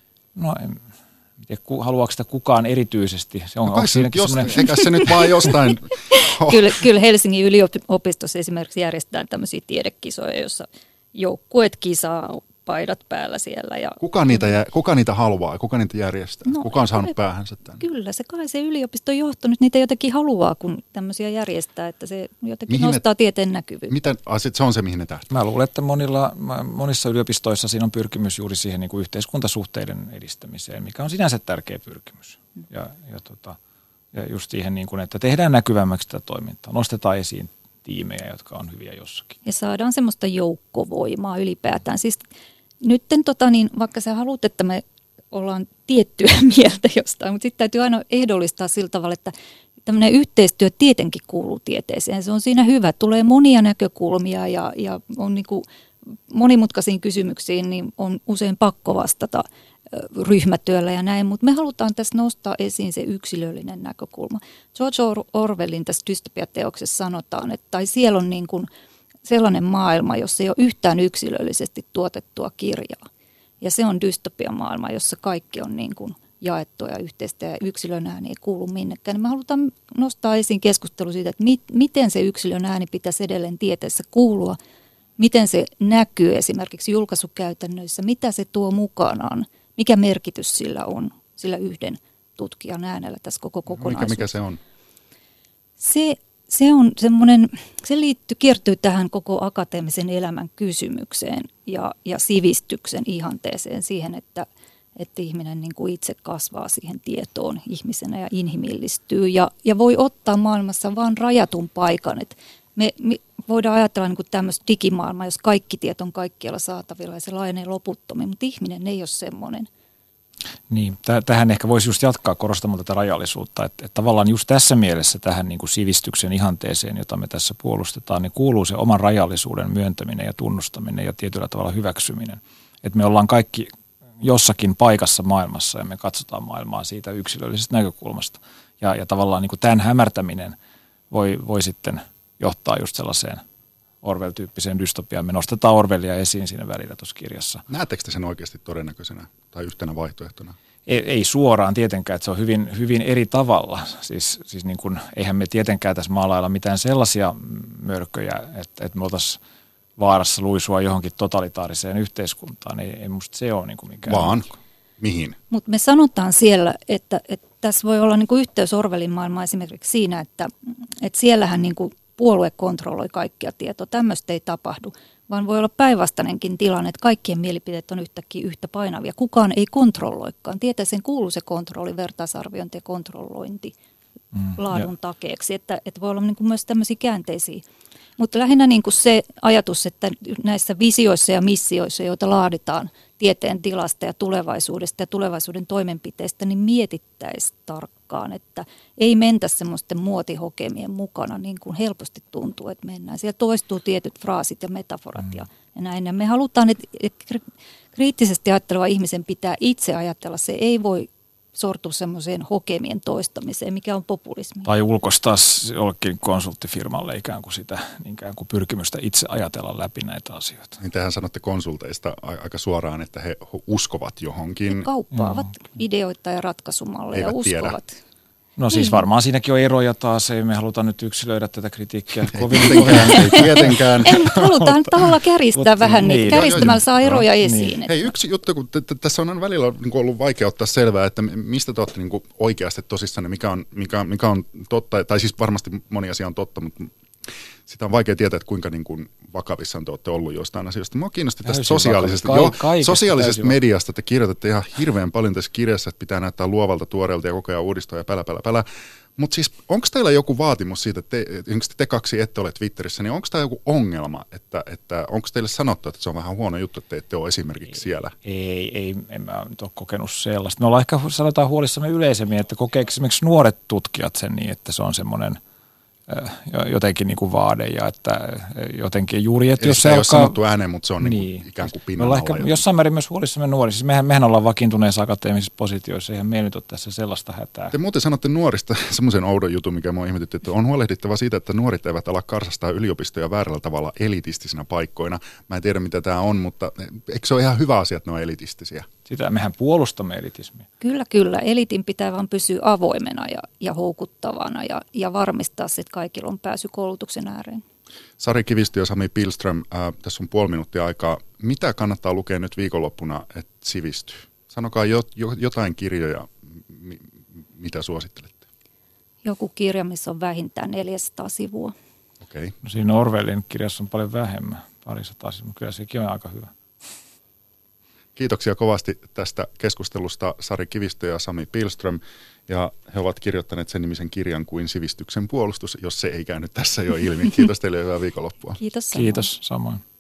No en tiedä, haluaako sitä kukaan erityisesti. Se on, no kai se, jos, semmoinen... eikä se nyt vaan jostain... Oh. Kyllä, kyllä Helsingin yliopistossa esimerkiksi järjestetään tämmöisiä tiedekisoja, joissa joukkueet kisaa paidat päällä siellä. Ja kuka, niitä, kuka niitä haluaa ja kuka niitä järjestää? No, kuka on saanut päähänsä tänne? Kyllä, se kai se yliopiston johto nyt niitä jotenkin haluaa, kun tämmöisiä järjestää, että se jotenkin mihin nostaa ne, tieteen näkyvyyttä. Miten, se on se, mihin ne tähtää? Mä luulen, että monilla, monissa yliopistoissa siinä on pyrkimys juuri siihen niin kuin yhteiskuntasuhteiden edistämiseen, mikä on sinänsä tärkeä pyrkimys. Ja, ja, tota, ja just siihen, niin kuin, että tehdään näkyvämmäksi tätä toimintaa, nostetaan esiin tiimejä, jotka on hyviä jossakin. Ja saadaan semmoista joukkovoimaa ylipäätään. Siis nytten tota niin, vaikka sä haluat, että me ollaan tiettyä mieltä jostain, mutta sitten täytyy aina ehdollistaa sillä tavalla, että tämmöinen yhteistyö tietenkin kuuluu tieteeseen. Se on siinä hyvä. Tulee monia näkökulmia ja, ja on niin kuin monimutkaisiin kysymyksiin, niin on usein pakko vastata ryhmätyöllä ja näin, mutta me halutaan tässä nostaa esiin se yksilöllinen näkökulma. George Orwellin tässä dystopiateoksessa sanotaan, että tai siellä on niin kuin sellainen maailma, jossa ei ole yhtään yksilöllisesti tuotettua kirjaa. Ja se on dystopiamaailma, jossa kaikki on niin kuin jaettua ja yhteistä ja yksilön ääni ei kuulu minnekään. Niin me halutaan nostaa esiin keskustelu siitä, että mit, miten se yksilön ääni pitäisi edelleen tieteessä kuulua, miten se näkyy esimerkiksi julkaisukäytännöissä, mitä se tuo mukanaan, mikä merkitys sillä on, sillä yhden tutkijan äänellä tässä koko kokonaisuudessa. Mikä, mikä se on? Se, se on semmoinen, se liittyy, kiertyy tähän koko akateemisen elämän kysymykseen ja, ja sivistyksen ihanteeseen siihen, että, että ihminen niin kuin itse kasvaa siihen tietoon ihmisenä ja inhimillistyy ja, ja voi ottaa maailmassa vain rajatun paikan. Että me, me voidaan ajatella niin kuin tämmöistä digimaailmaa, jos kaikki tieto on kaikkialla saatavilla ja se laajenee loputtomiin, mutta ihminen ei ole semmoinen. Niin, tähän ehkä voisi just jatkaa korostamaan tätä rajallisuutta, että, että tavallaan just tässä mielessä tähän niin kuin sivistyksen ihanteeseen, jota me tässä puolustetaan, niin kuuluu se oman rajallisuuden myöntäminen ja tunnustaminen ja tietyllä tavalla hyväksyminen. Että me ollaan kaikki jossakin paikassa maailmassa ja me katsotaan maailmaa siitä yksilöllisestä näkökulmasta. Ja, ja tavallaan niin kuin tämän hämärtäminen voi, voi sitten johtaa just sellaiseen Orwell-tyyppiseen dystopiaan. Me nostetaan Orwellia esiin siinä välillä tuossa kirjassa. Näettekö te sen oikeasti todennäköisenä tai yhtenä vaihtoehtona? Ei, ei suoraan tietenkään, että se on hyvin, hyvin eri tavalla. Siis, siis niin kuin, eihän me tietenkään tässä maalailla mitään sellaisia mörköjä, että, että me oltaisiin vaarassa luisua johonkin totalitaariseen yhteiskuntaan. Ei, ei musta se ole niin kuin mikään. Vaan mihin? Mutta me sanotaan siellä, että, että tässä voi olla niin kuin yhteys Orwellin maailmaan esimerkiksi siinä, että, että siellähän niin kuin puolue kontrolloi kaikkia tietoa. Tämmöistä ei tapahdu. vaan voi olla päinvastainenkin tilanne, että kaikkien mielipiteet on yhtäkkiä yhtä painavia. Kukaan ei kontrolloikaan. Tieteeseen kuuluu se kontrolli, vertaisarviointi ja kontrollointi mm, laadun ja. takeeksi, että, että voi olla niin kuin myös tämmöisiä käänteisiä. Mutta lähinnä niin kuin se ajatus, että näissä visioissa ja missioissa, joita laaditaan tieteen tilasta ja tulevaisuudesta ja tulevaisuuden toimenpiteistä, niin mietittäisiin tarkkaan, että ei mentä semmoisten muotihokemien mukana, niin kuin helposti tuntuu, että mennään. Siellä toistuu tietyt fraasit ja metaforat mm. ja, ja näin. Ja me halutaan, että kriittisesti ajatteleva ihmisen pitää itse ajatella, se ei voi sortua semmoiseen hokemien toistamiseen, mikä on populismi. Tai ulkoistaa jollekin konsulttifirmalle ikään kuin sitä ikään kuin pyrkimystä itse ajatella läpi näitä asioita. Niin tehän sanotte konsulteista aika suoraan, että he uskovat johonkin. He kauppaavat mm. ideoita ja ratkaisumalleja ja uskovat. Tiedä. No siis varmaan siinäkin on eroja taas, ei me haluta nyt yksilöidä tätä kritiikkiä kovin tietenkään. Ei tietenkään. Ei, mutta halutaan tavallaan käristää vähän, niin kärjistämällä saa eroja no, esiin. Niin. Hei, yksi juttu, kun t- t- tässä on välillä ollut vaikea ottaa selvää, että mistä te olette niin oikeasti tosissanne, mikä on, mikä, mikä on totta, tai siis varmasti moni asia on totta, mutta sitä on vaikea tietää, että kuinka niin kuin vakavissaan te olette ollut jostain asioista. Mua kiinnosti tästä sosiaalisesta, jo, sosiaalisesta mediasta. Te kirjoitatte ihan hirveän paljon tässä kirjassa, että pitää näyttää luovalta, tuoreelta ja koko ajan uudistua ja pälä, pälä, pälä. Mutta siis onko teillä joku vaatimus siitä, että te, te kaksi ette ole Twitterissä, niin onko tämä joku ongelma, että, että onko teille sanottu, että se on vähän huono juttu, että te ette ole esimerkiksi siellä? Ei, ei, en mä nyt ole kokenut sellaista. Me ollaan ehkä, sanotaan huolissamme yleisemmin, että kokeeko esimerkiksi nuoret tutkijat sen niin, että se on semmoinen jotenkin niin kuin vaade ja että jotenkin juuri, että eli jos se ei alkaa... ole sanottu ääneen, mutta se on niin. niin. ikään kuin pinnan alla. Ehkä jossain määrin myös huolissamme nuorissa. Siis mehän, mehän ollaan vakiintuneissa akateemisissa positioissa, eihän meillä nyt ole tässä sellaista hätää. Te muuten sanotte nuorista semmoisen oudon jutun, mikä mua ihmetytti, että on huolehdittava siitä, että nuoret eivät ala karsastaa yliopistoja väärällä tavalla elitistisina paikkoina. Mä en tiedä, mitä tämä on, mutta eikö se ole ihan hyvä asia, että ne on elitistisiä? Sitä mehän puolustamme elitismiä. Kyllä, kyllä. Elitin pitää vaan pysyä avoimena ja, ja houkuttavana ja, ja varmistaa, että kaikilla on pääsy koulutuksen ääreen. Sari Kivistö ja Sami Pihlström, äh, tässä on puoli minuuttia aikaa. Mitä kannattaa lukea nyt viikonloppuna, että sivistyy? Sanokaa jo, jo, jotain kirjoja, mi, mitä suosittelette. Joku kirja, missä on vähintään neljäsataa sivua. Okay. No siinä Orwellin kirjassa on paljon vähemmän, parisataa sivua, mutta kyllä sekin on aika hyvä. Kiitoksia kovasti tästä keskustelusta Sari Kivistö ja Sami Pihlström. Ja he ovat kirjoittaneet sen nimisen kirjan kuin Sivistyksen puolustus, jos se ei käynyt tässä jo ilmi. Kiitos teille ja hyvää viikonloppua. Kiitos samoin. Kiitos samoin.